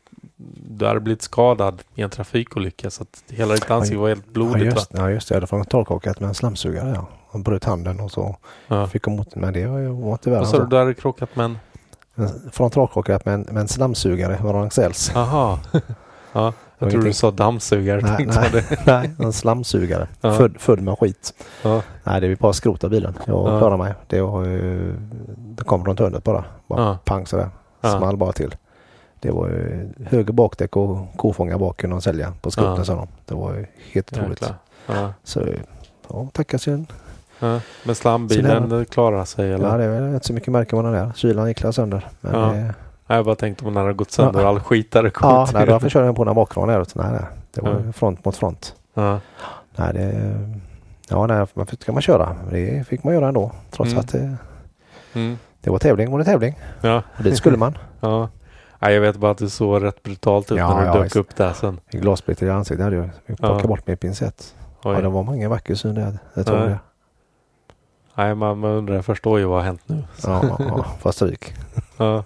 du hade blivit skadad i en trafikolycka så att hela ditt ansikte var helt Ja blodigt. just, va? ja just det. Jag hade frontalkrockat med en slamsugare. Ja. Och bröt handen och så Ja. fick jag mot. Men det var ju var inte värre. Vad sa du? Du hade krockat med en... Frontalkrockat med en, med en slamsugare. Var en Axels. Aha. Ja, jag tror du sa dammsugare. Nej, tänkte jag nej, det. nej, en slamsugare. Ja. Född, född med skit. Ja. Nej, det är bara skrota bilen. Jag Ja. klarar mig. Det, var, ju- det kom runt hörnet bara. Bara Ja. pang sådär. Ja. Small bara till. Det var ju höger bakdäck och kofångare bak i någon sälja på skroten Ja. sa de. Det var ju helt otroligt. Jäklar. Ja. Så ja, tacka sen. Ja. Men slambilen klarar sig eller? Ja, det är väl inte så mycket märken vad den är. Kylan gick klar sönder. Men Ja. det, Nej, jag bara tänkte om den hade gått sönder Ja. all skit där det kom ja, ut. nej, därför körde jag på den bakifrån där. Nej, nej, det var Ja. ju front mot front. Ja. Nej, det, ja, nej, man ska man köra. Det fick man göra ändå. Trots Mm. att det, Mm. det var tävling var det tävling. Ja. Och dit skulle man. Ja. Nej, jag vet bara att det såg rätt brutalt ut Ja, när du ja, dök visst. upp där sen. I glassplitter i ansiktet hade jag. Vi plockade Ja. bort med pincett. Oj. Ja, det var många vacker syn det. Det tror Nej. jag. Nej, man, man undrar, jag förstår ju vad har hänt nu. Ja, ja, ja, fast stryk. Ja.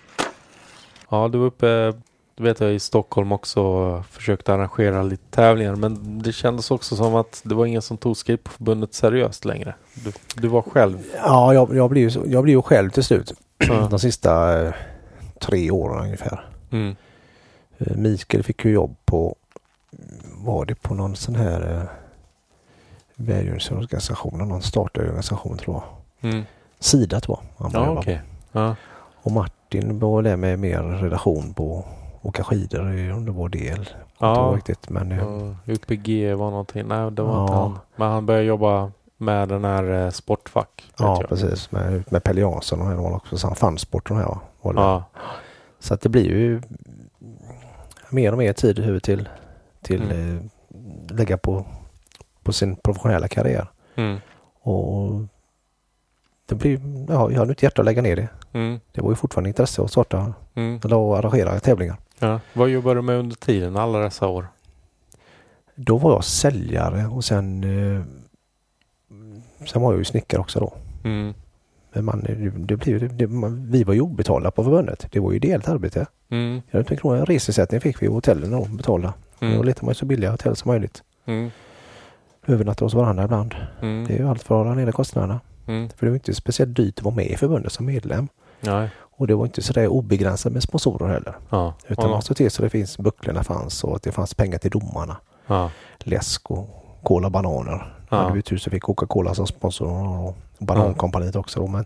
Ja, du var uppe, du vet jag, i Stockholm också och försökte arrangera lite tävlingar. Men det kändes också som att det var ingen som tog skateboardförbundet seriöst längre. Du, du var själv. Ja, jag, jag blev ju så- jag blev ju själv till slut. Ja. De sista eh, tre åren ungefär. Mm. Eh, Mikael fick ju jobb på, var det på någon sån här eh, välgörenhetsorganisation, någon statlig organisation tror jag. Mm. Sida tror jag. Han Ja, började okej. jobba. Ja. Och Martin var där med mer relation på åka skidor i om det var del. Ja. Det var riktigt, men eh, Ja, U P G var någonting. Nej, det var Ja. inte han. Men han började jobba med den här eh, Sportfack. vet ja, jag. precis. Med, med Pelle Jansson och det var också så fansport och här va? Var det. Ja. Så att det blir ju mer och mer tid över till, till Mm. eh, lägga på, på sin professionella karriär. Mm. Och det blir, ja, jag har nu ett hjärta att lägga ner det. Mm. Det var ju fortfarande intresse att starta Mm. eller att arrangera tävlingar. Ja. Vad jobbade du med under tiden alla dessa år? Då var jag säljare och sen eh, sen var jag ju snickare också då. Mm. Men man, det, det blev, det, det, man, vi var ju obetalda på förbundet. Det var ju ideellt arbete. Mm. Jag vet inte kronor resesättning fick vi i hotellen då betalda. Mm. Då letar man ju så billiga hotell som möjligt. Mm. Övernatta hos varandra ibland. Mm. Det är ju allt för att hålla nere kostnaderna. Mm. För det var inte speciellt dyrt att vara med i förbundet som medlem. Nej. Och det var inte sådär obegränsat med sponsorer heller. Ja. Utan Och- man såg till så det finns bucklorna fanns och att det fanns pengar till domarna. Ja. Läsk och cola och bananer. Ja. Hade vi tur så fick Coca-Cola som sponsor och Banankompaniet också. Då. Men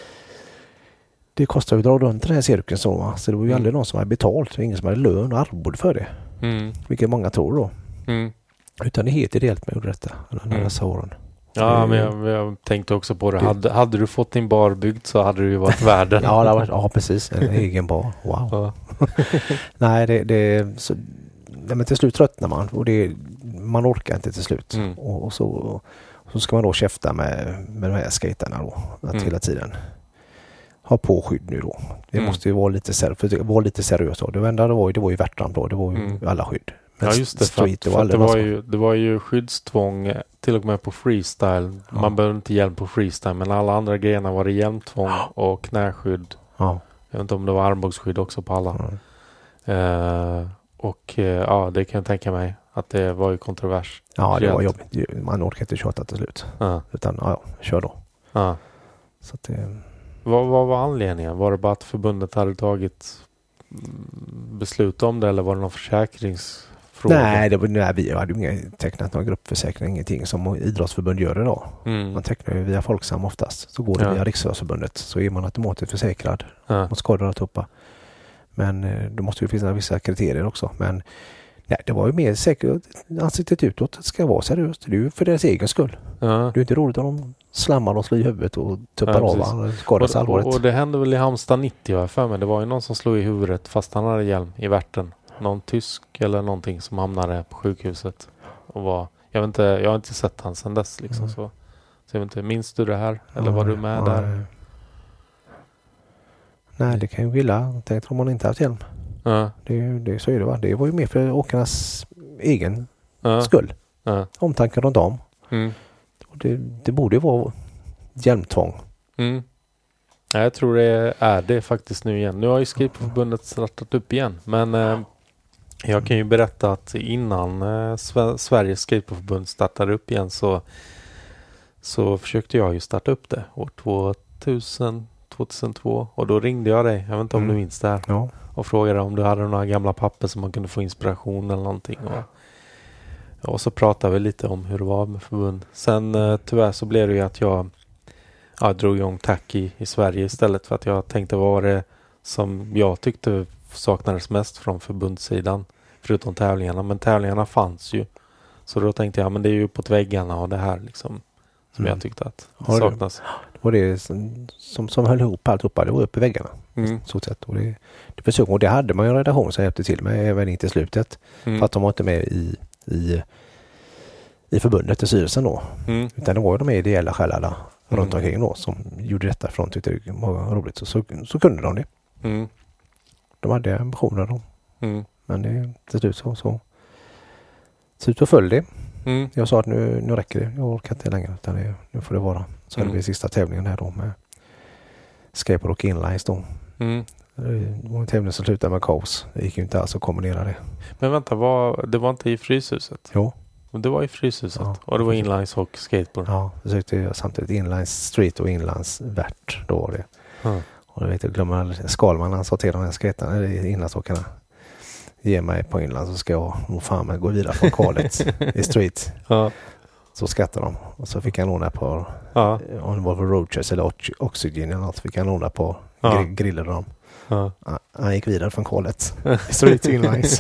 det kostade ju att dra runt den här cirkeln så. Va? Så det var ju Mm. aldrig någon som hade betalt. Ingen som hade lön och arvode för det. Mm. Vilket många tror då. Mm. Utan det är helt ideellt med att gjorde detta under Mm. dessa åren. Ja, Det- men jag, jag tänkte också på det. det- Hade, hade du fått din bar byggd så hade du ju varit värden. Ja, det har varit, ja, precis. En egen bar. Wow. Ja. Nej, det, det så, nej, men till slut tröttnar man och det, man orkar inte till slut. Mm. Och, och, så, och så ska man då käfta med, med de här skaterna då. Att Mm. hela tiden ha på skydd nu då. Det Mm. måste ju vara lite, ser, för det var lite seriöst då. Det enda det var ju, det var ju Värtram då. Det var ju Mm. alla skydd. Men Ja, just det. För, street, att, var för att det, aldrig var massa- ju, det var ju skyddstvång eh, till och med på freestyle. Ja. Man behöver inte hjälm på freestyle, men alla andra grejerna var det hjälmtvång och knäskydd. Ja. Jag vet inte om det var armbågsskydd också på alla. Mm. Eh, och eh, ja, det kan jag tänka mig att det var ju kontrovers. Ja, det var Rejält. jobbigt. Man orkar inte köta till slut. Ja. Utan ja, ja, kör då. Ja. Så att det, Vad, vad var anledningen? Var det bara att förbundet hade tagit mm, beslut om det eller var det någon försäkringsfråga fråga. Nej, det var, nej, vi hade ju inga tecknat någon gruppförsäkring, ingenting som idrottsförbund gör idag. Mm. Man tecknar ju via Folksam oftast. Så går det Ja. via Riksidrottsförbundet så är man automatiskt försäkrad Ja. mot skador och toppar. Men eh, då måste ju finnas vissa kriterier också. Men nej, det var ju mer säkert. Ansiktet utåt ska vara seriöst. Det är ju för deras egen skull. Ja. Det är ju inte roligt om de slammar och slår i huvudet och tuppar Ja, av precis. och skadas Och, allvarligt. och, och det hände väl i Halmstad nittio var för mig. Det var ju någon som slog i huvudet fast han hade hjälm i värten. Någon tysk eller någonting som hamnade på sjukhuset. Och var, jag, vet inte, jag har inte sett han sedan dess. Liksom, Mm. så. Så jag vet inte, minns du det här? Eller var du med Ja, där? nej. Nej, det kan ju vilja. Tänk om man inte haft hjälm. Ja, Det, är ju- det, så är det va. Det var ju mer för åkarnas egen ja, skull. ja. Omtanken runt om. Mm, Och det, det borde ju vara hjälmtvång. mm. Ja, jag tror det är det faktiskt nu igen. Nu har ju Skateboardförbundet startat upp igen. Men eh, jag kan ju berätta att innan eh, Sve- Sveriges Skateboardförbund startade upp igen så, så försökte jag ju starta upp det år tvåtusen, tvåtusentvå. Och då ringde jag dig, jag vet inte om Mm. du minns det här, Ja. och frågade om du hade några gamla papper som man kunde få inspiration eller någonting. Och, och så pratade vi lite om hur det var med förbund. Sen eh, tyvärr så blev det ju att jag ja, drog igång Tack i, i Sverige istället för att jag tänkte vad var det som jag tyckte saknades mest från förbundssidan förutom tävlingarna. Men tävlingarna fanns ju. Så då tänkte jag, men det är ju uppåt väggarna och det här liksom som Mm. jag tyckte att Har du- saknas. Och det som, som, som höll ihop alltihopa, det var uppe i väggarna. Mm. Så sätt. Och det, det, försöker, och det hade man ju en redaktion som hjälpte till med även in till slutet. Mm. För att de var inte med i, i, i förbundet, i styrelsen då. Mm. Utan det var ju de ideella själarna Mm. runt omkring då som gjorde detta för de tyckte det var roligt. Så, så, så kunde de det. Mm. De hade ambitioner då. Mm. Men det, till slut så, så, till slut så föll det. Mm. Jag sa att nu, nu räcker det. Jag orkar inte längre. Utan det, nu får det vara. Så Mm. hade vi sista tävlingen här då med skateboard och inlines då. Mm. Det var en tävling som slutade med kaos. Det gick ju inte alls att kombinera det. Men vänta, var, det var inte i Fryshuset? Jo. Det var i Fryshuset. Ja. Och det var inlines och skateboard. Ja, försökte jag samtidigt inlines street och inlines värt. Då var det. Mm. Och jag vet jag glömmer aldrig. Skalman han sa till de här skaterna, eller inlandsåkarna. Ge mig på inland så ska jag nog fan med gå vidare från kvalet i street. Ja. Så skattade de. Och så fick han låna på, Ja. om det var för Roaches eller Ox- Oxygen eller något, fick han låna på Ja. gri- griller dem. Ja. Han, han gick vidare från kvalet. Street inlines.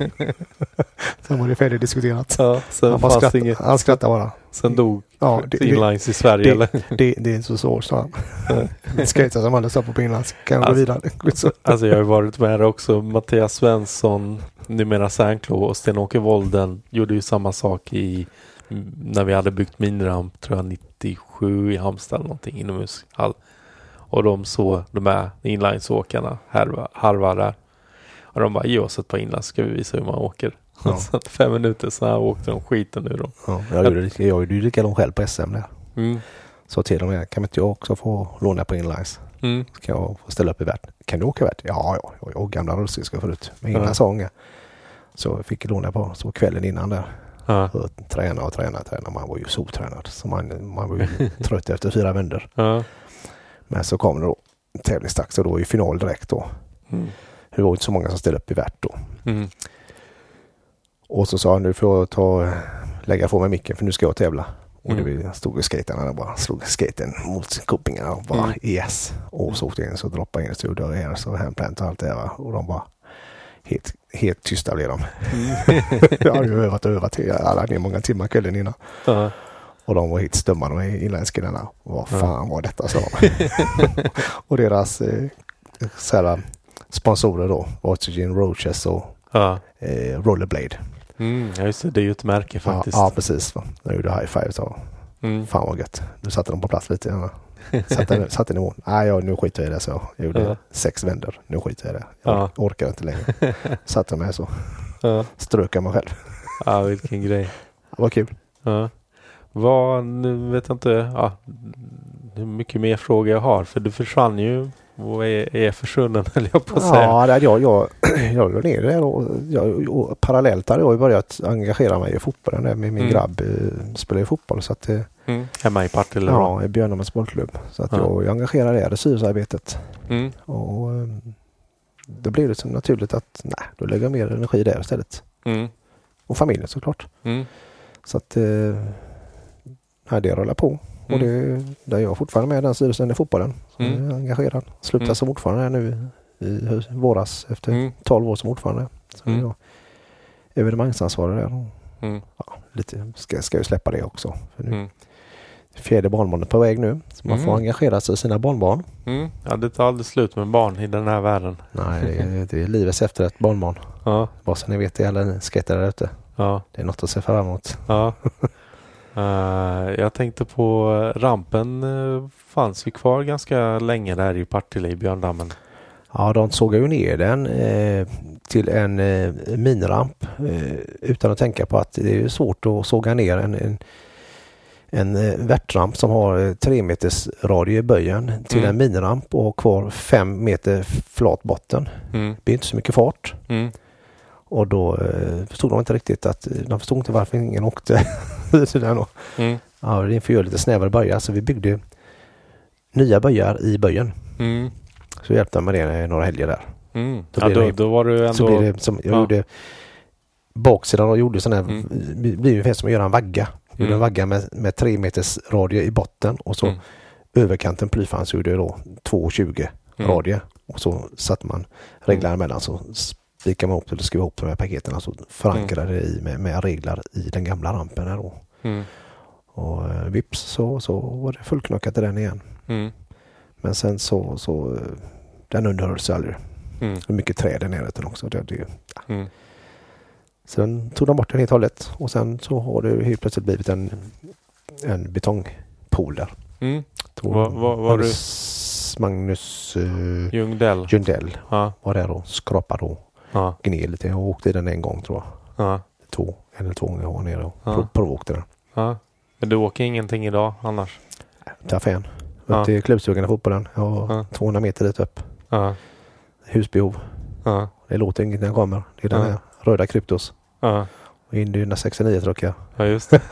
Sen var det färdigdiskuterat. Ja, sen Han, bara fanns det skratt, inget. han skrattade bara. Sen dog Ja, det, det, inlines i Sverige det- eller? det, det är inte så svårt, sa han. Skater som aldrig står på inlands kan jag gå Alltså- vidare. Så. Alltså jag har ju varit med där också. Mattias Svensson, numera Särnklo, och Sten-Åke Wolden gjorde ju samma sak i när vi hade byggt miniramp, tror jag nittiosju i Halmstad eller någonting, inomhushall. Och de såg de här inlinesåkarna harva, harva där. Och de bara, ge oss ett par inlines ska vi visa hur man åker. Ja. Så att fem minuter så här åkte de skiten ur dem. Ja, jag gjorde det- jag gjorde ju likadant själv på S M där. Mm. Så till och med, kan inte jag också få låna på inlines? Mm. Kan jag få ställa upp i värt? Kan du åka i värt? Ja, ja, jag har gamla rullskridskor förut. Men Ja. inga sånger. Så jag fick låna på så kvällen innan där. Ja. Och träna och träna och träna. Man var ju soltränad. Så man, man var ju trött efter fyra vändor. Ja. Men så kom det då tävlingsdags och då i final direkt då. Mm. Det var inte så många som ställde upp i värt då. Mm. Och så sa han, nu får jag ta, lägga på mig micken för nu ska jag tävla. Och Mm. det vi stod i skaterna och bara slog skaten mot koppingarna och bara Mm. yes. Och så åkte jag in så droppade in i studion och här så handplant och allt det där. Och de bara helt, helt tysta blev de. Jag hade ju övat och övat till alla ner många timmar kvällen innan. Ja. Och de var helt stumma de inlandskillarna. Vad Ja. fan var detta, sa de. Och deras eh, så här, sponsorer då, Oxygen, Roaches och Ja. eh, Rollerblade. Mm, ja, just det. Det är ju ett märke Ja, faktiskt. ja, precis. Va. Jag gjorde high five så. Mm. Fan vad gött. Du satte dem på plats lite grann. Satte, satte nivån. Nej, ja, nu skiter jag i det så. Jag gjorde Ja. sex vändor. Nu skiter jag i det. Jag Ja. orkar inte längre. Satte mig så. Ja. Strök jag mig själv. Ja, vilken grej. Det var kul. Ja. Vad, nu vet jag inte ja, hur mycket mer frågor jag har. För du försvann ju och är, är försvunnen, höll jag på att säga. Ja, det hade jag, jag, jag var nere där och, jag, och parallellt hade jag ju börjat engagera mig i fotbollen där med min Mm. grabb. Eh, spelar ju fotboll så att eh, Mm. Hemma i Partille. ja, i Björnholmens bollklubb. Så att Ja. jag, jag engagerade där i styrelsearbetet. Mm. Och eh, då blev det så naturligt att nej, då lägger jag mer energi där istället. Mm. och familjen såklart. Mm. Så att eh, ja, det rullar på. Mm. Och det, där jag fortfarande med i den styrelsen i fotbollen. Så Mm. jag är engagerad. Slutar Mm. som ordförande här nu i, i våras efter Mm. tolv år som ordförande. Så Mm. jag evenemangsansvarig där. Och, Mm. ja, lite, ska, ska jag släppa det också. För nu, Mm. fjärde barnbarnet på väg nu. Så man Mm. får engagera sig i sina barnbarn. Mm. Ja, det tar aldrig slut med barn i den här världen. Nej, det är, det är livets efter ett barnbarn. Ja, Bara så ni vet det, alla skejtare där ute. ja, Det är något att se fram emot. ja. Uh, jag tänkte på rampen uh, fanns ju kvar ganska länge där i Partille i Björndammen. Ja, de såg ju ner den eh, till en eh, miniramp eh, utan att tänka på att det är ju svårt att såga ner en, en, en eh, värtramp som har eh, tre meters radie i böjen till Mm. en miniramp och har kvar fem meter flat botten. Mm. Det är inte så mycket fart. Mm. Och då eh, förstod de inte riktigt att de förstod inte varför ingen åkte. Så där då. Mm. Ja, det får göra lite snävare böjar så vi byggde nya böjar i böjen. Mm. Så hjälpte jag med det några helger där. Mm. Då Ja, blir då, det- då var du ändå... Så blir det som jag ja. gjorde baksidan och gjorde sån här, Mm. det blir ungefär som att göra en vagga. Jag gjorde Mm. en vagga med, med tre meters radie i botten och så Mm. överkanten plyfans gjorde då två tjugo Mm. radie och så satte man reglar emellan så spikade man ihop det och skrev ihop de här paketen och så förankrade det i med, med reglar i den gamla rampen här då. Mm. Och eh, vips så, så var det fullknockat i den igen. Mm. Men sen så, så eh, den underhölls aldrig. Mm. Det är mycket träd där nere också. Det, det, Mm. Sen tog de bort den helt och hållet och sen så har det helt plötsligt blivit en, en betongpool där. Mm. Tog Vad- vad- var Magnus, Magnus uh, Ljungdell. Jundell Ja. var där och skrapade och Ja. gned lite. Jag åkte i den en gång tror jag. Ja. Två, en eller två gånger jag var nere och Ja. prov, provåkte den. Ja. Men du åker ingenting idag annars? Till affären. Ja. Upp till klubbstugan i fotbollen. Jag har Ja. tvåhundra meter dit upp. Ja. Husbehov. Ja. Det låter inget när jag kommer. Det är den Ja. här röda kryptos. Ja. Och Indy etthundrasextionio tror jag. Ja, just det.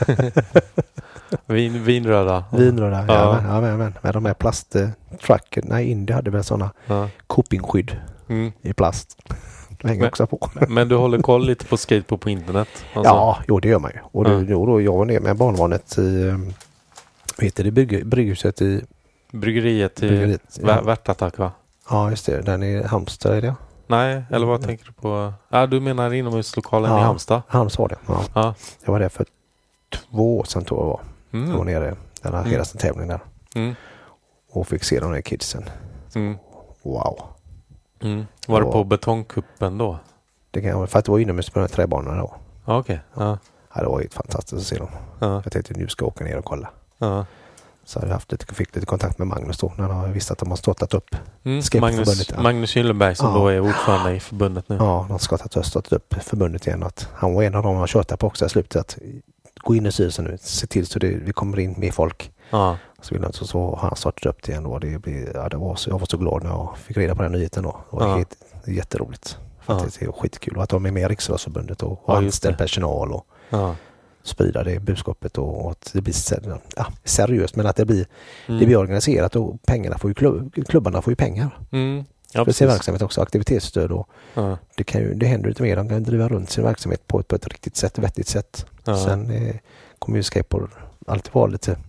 Vin, vinröda. Vinröda. Ja. Ja, men, ja, men, men. Med de här plasttracken. Nej, Indy hade väl sådana Ja. coppingskydd Mm. i plast. De hänger Men- också på. Men du håller koll lite på skateboard på internet? Alltså. Ja, jo det gör man ju. Och då, Ja. då, då jag var ner med barnbarnet i um, vad heter det, Brygg- Brygghuset i Bryggeriet i Bryggeriet. Vä- Ja. Värtattack va? ja, just det. Den i Halmstad är det. Nej, eller vad tänker du på? Ja, du menar inomhuslokalen Ja. i Halmstad? Halmstad var det. Ja. Ja. Jag var där för två år sedan tror jag var. Jag var Mm. nere. Den arrangerades en tävling där. Mm. Och fick se de där kidsen. Mm. Wow. Mm. Var det Ja. på betongkuppen då? Det kan jag, för att det var inomhus på de här träbanorna då. Ja, okej. Ja. Ja, det var helt fantastiskt att se dem. Ja. Jag tänkte nu ska jag åka ner och kolla. Ja. Så hade jag haft lite, fick lite kontakt med Magnus då när han visste att de har ståtat upp. Mm. Skateboardförbundet, Magnus, ja. Magnus Gyllenberg som Ja. då är ordförande i förbundet nu. Ja, de ska ha ståtat upp förbundet igen. Att han var en av dem som har tjatat på också i slutet. Att gå in i styrelsen nu. Se till så det, vi kommer in med folk. Ja. Så, vill han, så, så har han startat upp det igen då. Det blir, ja, det var så, jag var så glad när jag fick reda på den nyheten då. Det var Ja. helt, jätteroligt. Ja. Faktiskt, det är skitkul. Och att de är med i Riksidrottsförbundet och, och Ja, just anställd det. personal och Ja. sprida det budskapet och, och att det blir ser, ja, seriöst men att det blir, Mm. det blir organiserat och pengarna får ju klubb, klubbarna får ju pengar Mm. Ja, för sin precis. verksamhet också, aktivitetsstöd och Ja. det, kan ju, det händer lite mer, de kan driva runt sin verksamhet på ett, på ett riktigt sätt, vettigt sätt. Ja. Sen eh, kommer ju skateboard alltid vara lite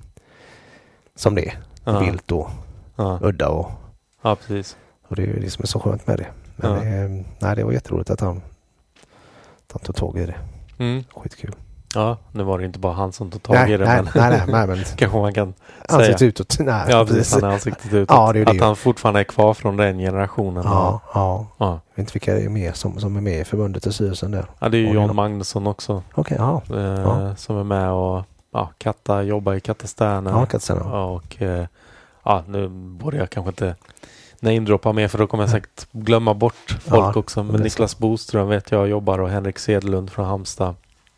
som det är, Ja. vilt och Ja. udda och, Ja, precis. och det är ju det som är så skönt med det. Men Ja. eh, nej, det var jätteroligt att han, att han tog tag i det. Mm. Skitkul. Ja, nu var det inte bara han som tog tag Nej, i det. nej, men nej, nej, nej, men kanske man kan ansiktet säga. utåt. Nej, Ja, precis. Han är ansiktet utåt. Ja, det är det att ju. han fortfarande är kvar från den generationen. Ja, ja. Ja. Jag vet inte vilka det är mer som, som är med i förbundet och styrelsen där. Ja, det är ju Och John genom- Magnusson också. Okej, ja. Eh, Ja. Som är med och ja, Katta jobbar i Kattastäner. Ja, Kattastäner. Ja, och eh, ja, nu borde jag kanske inte namedroppa mer för då kommer jag säkert glömma bort folk Ja, också. Men det är Niklas Boström vet jag jobbar och Henrik Sedlund från Halmstad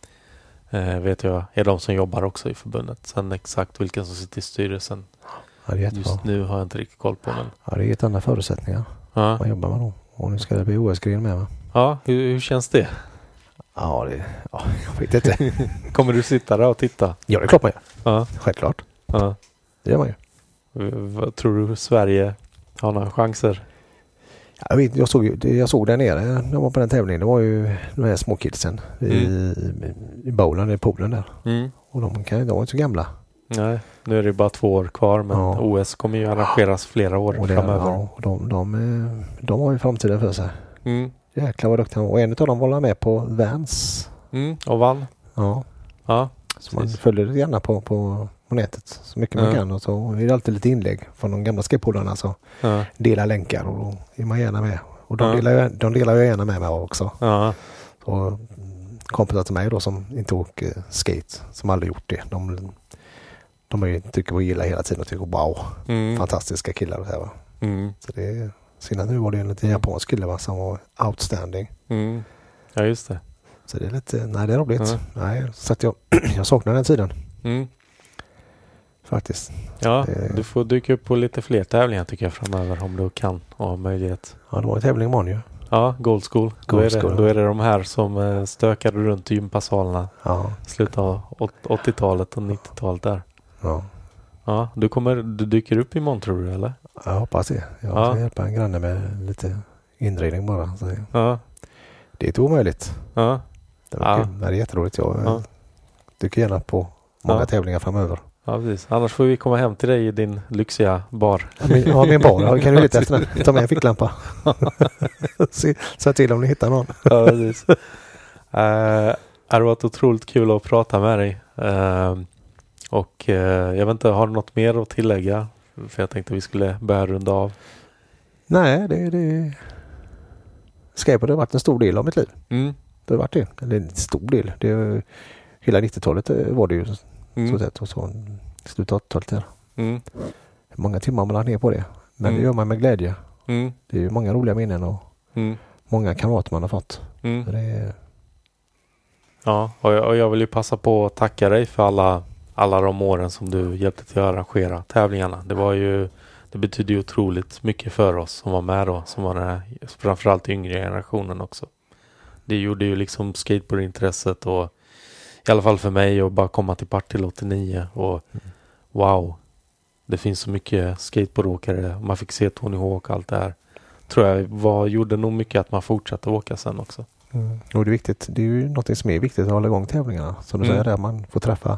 eh, vet jag är de som jobbar också i förbundet. Sen exakt vilken som sitter i styrelsen Ja, det är jättebra. just nu har jag inte riktigt koll på. Men Ja, det är helt andra förutsättningar. ja, Man jobbar med dem. Och nu ska det bli O S-gren med va? ja hur, hur känns det? Ja, det, ja, jag vet inte. Kommer du sitta där och titta? Ja, det är klart man gör. Ja, Självklart. ja. Det gör man ju. V- Vad tror du Sverige har några chanser? Jag, vet, jag, såg, jag såg där nere när jag var på den tävlingen. Det var ju de här små kidsen mm. i, i bowlen, i poolen där. Mm. Och de, kan, de var inte så gamla. Nej, nu är det bara två år kvar, men ja. O S kommer ju arrangeras flera år och det, framöver. Ja, och de, de, de har ju framtiden för sig. Mm. Jäklar vad duktiga. Och en av dem var med på Vans. Mm, och vann. Ja. Ja. Så man följer det gärna på, på, på nätet så mycket man ja. kan. Och så är det alltid lite inlägg från de gamla skateboardarna. Så ja. delar länkar och då är man gärna med. Och de, ja. delar, jag, de delar jag gärna med mig också. Ja. Så kompisar till mig då som inte åker skate, som aldrig gjort det. De, de är ju, tycker vi gillar hela tiden och tycker wow, mm. fantastiska killar och så här, va? Mm. Så det är Sen nu var det en liten japansk kille, va, som var outstanding. Mm. Ja, just det. Så det är lite, nej det är roligt. Mm. Nej, så att jag, jag saknar den tiden. Mm. Faktiskt. Ja, det, du får dyka upp på lite fler tävlingar tycker jag framöver om du kan och har möjlighet. Ja, det var en tävling imorgon ju. Ja, Gold School. Gold då, är det, School. Då är det de här som stökade runt i gympasalerna. Ja. Slutet av åttiotalet och nittiotalet där. Ja. Ja, du kommer, du dyker upp imorgon tror du, eller? Jag hoppas det. Jag ja. ska hjälpa en granne med lite inredning bara. Så ja. Det är inte omöjligt. Ja. Det, var ja. det är jätteroligt. Jag ja. dyker gärna på många ja. tävlingar framöver. Ja, precis. Annars får vi komma hem till dig i din lyxiga bar. Ja, min, ja, min bar. Jag kan du leta efter den. Ta med en ficklampa. Säg till om ni hittar någon. Ja, precis. Uh, det har varit otroligt kul att prata med dig. Uh, och uh, jag vet inte, har du något mer att tillägga? För jag tänkte vi skulle börja runda av. Nej, det är... Skateboard har varit en stor del av mitt liv. Mm. Det har varit det. Eller en stor del. Det är, hela nittiotalet var det ju mm. så sett. Och så slutet av åttiotalet där. Mm. Många timmar man har ner på det. Men mm. det gör man med glädje. Mm. Det är ju många roliga minnen och mm. många kamrater man har fått. Mm. Så det är... Ja, och jag, och jag vill ju passa på att tacka dig för alla, alla de åren som du hjälpte till att arrangera tävlingarna. Det var ju, det betyder ju otroligt mycket för oss som var med då, som var den här, framförallt yngre generationen också. Det gjorde ju liksom skateboardintresset och i alla fall för mig att bara komma till Partille åttionio och mm. wow, det finns så mycket skateboardåkare. Man fick se Tony Hawk och allt det här. Tror jag var, gjorde nog mycket att man fortsatte åka sen också. Mm. Och det är viktigt. Det är ju något som är viktigt att hålla igång tävlingarna. Som du mm. säger där, man får träffa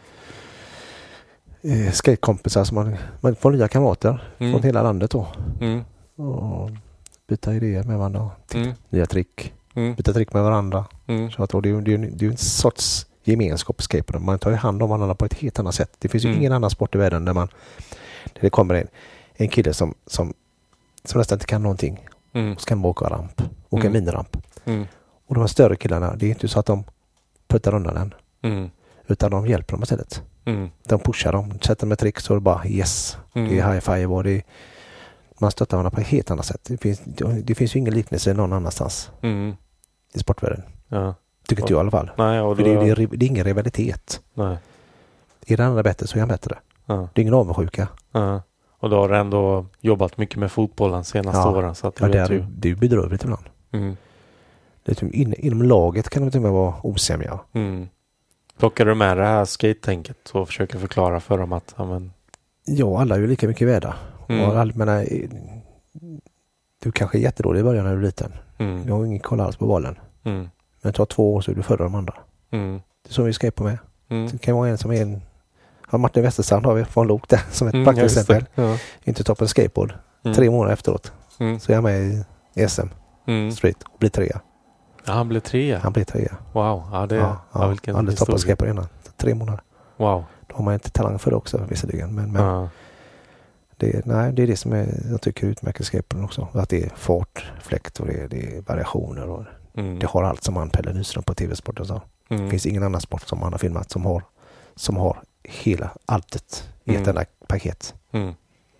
eh, skatekompisar som man, man får nya kamrater mm. från hela landet då. Mm. Och byta idéer med varandra. Mm. Nya trick. Mm. Byta trick med varandra. Mm. Så att, och det, är, det, är, det är en sorts gemenskap på skateboarden. Man tar ju hand om varandra på ett helt annat sätt. Det finns ju mm. ingen annan sport i världen där man där det kommer en, en kille som, som, som nästan inte kan någonting. Mm. Och så kan man åka ramp. Åka mm. miniramp. Mm. Och de här större killarna, det är inte så att de puttar undan den. Mm. Utan de hjälper dem istället. Mm. De pushar dem, sätter dem med trick så är det bara yes. Mm. Det är high five och det är, man stöttar varandra på ett helt annat sätt. Det finns, det finns ju ingen liknelse någon annanstans mm. i sportvärlden. Ja. Tycker inte jag i alla fall. Nej, och För det, det, är, det är ingen rivalitet. Nej. Är det andra bättre så är han bättre. Ja. Det är ingen avundsjuka. Ja. Och då har du ändå jobbat mycket med fotbollen senaste ja. åren. Så att ja, det, är, ju... det är ju bedrövligt ibland. Mm. Det är typ in, inom laget kan det till och med vara osämja. Mm. Plockar du med det här skate-tänket och försöker förklara för dem att... Ja, men... ja alla är ju lika mycket värda. Mm. Och all, menar, du kanske är jättedålig i början när du är liten. Mm. Du har ingen koll alls på bollen. Mm. Men ta två år så är du före de andra. Mm. Det är så vi ska på med. Mm. Det kan vara en som är en... Ja, Martin Westerstrand har vi från Lok där som ett mm, praktexempel. Ja. Inte ta på en skateboard. Mm. Tre månader efteråt mm. så är jag med i S M mm. Street och blir trea. Ja, han blev trea? Han blir trea. Wow, ja det är... Ja, ja, vilken aldrig toppat skateboard innan. Tre månader. Wow. Då har man inte talang för det också visserligen. Men, men ja. det, nej, det är det som är, jag tycker utmärker skateboarden också. Att det är fart, fläkt och det är, det är variationer. Och mm. det har allt som man Pelle Nyström på tv-sport och så. Mm. Det finns ingen annan sport som man har filmat som har, som har hela alltet i mm. ett enda paket. Mm.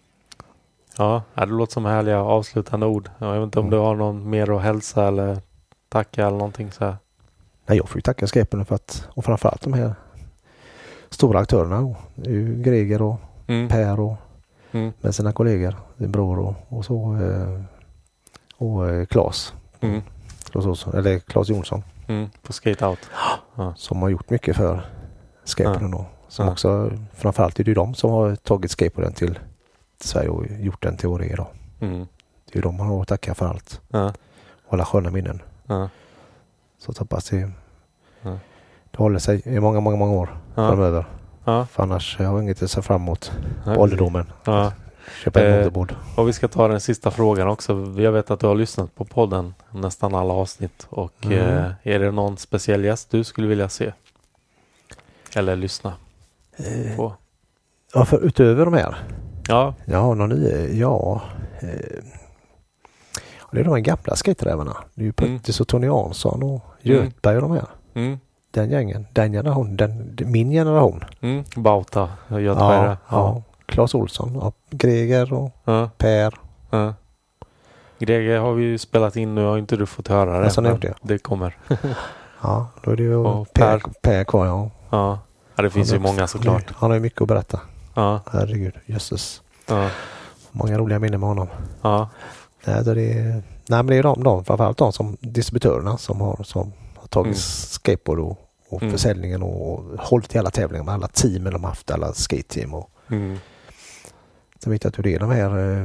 Ja, det låter som härliga avslutande ord. Jag vet inte om mm. du har någon mer att hälsa eller tacka eller någonting så här. Nej, jag får ju tacka skateboarden för att, och framförallt de här stora aktörerna. Greger och mm. Per och mm. med sina kollegor, din bror och, och så och, och Claes. Mm. Claes eller Claes Jonsson. Mm. På Skate Out. Ja. Som har gjort mycket för skateboarden ja. då. Som ja. också, framförallt är det ju de som har tagit skateboarden till, till Sverige och gjort den till vad det är idag. Mm. det är de man har att tacka för allt. Ja. Hålla sköna minnen. Ja. Så hoppas det, ja. det håller sig i många, många, många år ja. framöver. Ja. För annars jag har inget att se fram emot ja. på ålderdomen. Ja. Köpa ett eh, moderbord. Och vi ska ta den sista frågan också. Jag vet att du har lyssnat på podden nästan alla avsnitt. Och Mm. eh, är det någon speciell gäst du skulle vilja se? Eller lyssna Eh, på? ja, för utöver de här. Ja. Ja, någon ny, ja. Eh, det är de här gamla skaterävarna. Det är ju Puttis Mm. och Tony Jansson och Göthberg och de här. Mm. Den gängen, den generation, den, min generation. Mm. Bauta, Ja, Göthberg. ja. ja. Claes Olsson, ja. Greger och Ja. Per. Ja. Greger har vi ju spelat in nu, har inte du fått höra det. Alltså, men gjort det. det kommer. Ja, då är det ju Och Per, Per. per kvar, ja. Ja. Ja, det finns Han ju också- många såklart. Han har ju mycket att berätta. Ja. Herregud, jösses. Ja. Många roliga minnen med honom. Ja. Nej, då det är, nej men det är de, de framförallt de som distributörerna som har, som har tagit Mm. skateboard och, och Mm. försäljningen och, och hållit i alla tävlingar med alla teamen de haft, alla skate-team och Mm. sen vet jag att det är de här eh,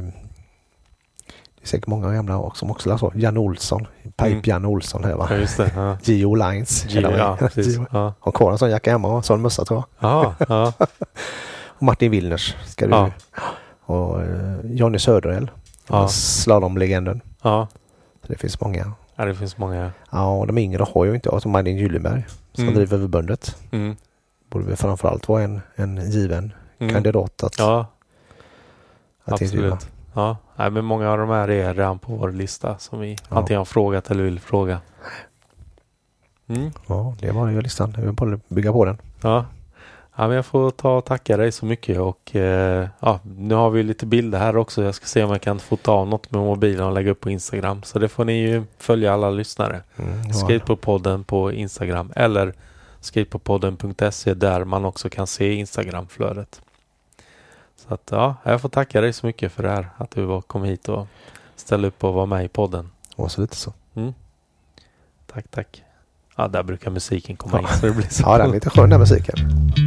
det är säkert många gamla också, som också så. Jan Olsson, Pipe Mm. Jan Olsson här va? Ja, just det. Ja. Gio Lines. Gio, ja, precis. Gio. Ja. Har kvar en sån jacka hemma och sån mössa tror jag. Ja, ja. Och Martin Willners ska du. Ja. Och eh, Johnny Söderell. Ja. Slalomlegenden. Ja. Så det finns många. Ja, det finns många. Ja, och de yngre har ju inte, alltså Martin Gyllenberg som Mm. driver förbundet. Mm. Borde väl framförallt vara en, en given Mm. kandidat att, Ja, att intervjua. absolut. Ja, nej, men många av de här är redan på vår lista som vi Ja. antingen har frågat eller vill fråga. Mm. Ja, det var ju listan. Jag vill bara bygga på den. Ja. Ja, men jag får ta och tacka dig så mycket och eh, ja, nu har vi lite bilder här också. Jag ska se om jag kan fota av något med mobilen och lägga upp på Instagram. Så det får ni ju följa alla lyssnare. Mm, ja. Skateboardpodden på Instagram eller skateboardpodden punkt se där man också kan se Instagramflödet. Så att ja, jag får tacka dig så mycket för det här. Att du var, kom hit och ställde upp och var med i podden. Och så lite så. Mm. Tack, tack. Ja, där brukar musiken komma in så det blir så. Ja, den är lite skön den musiken.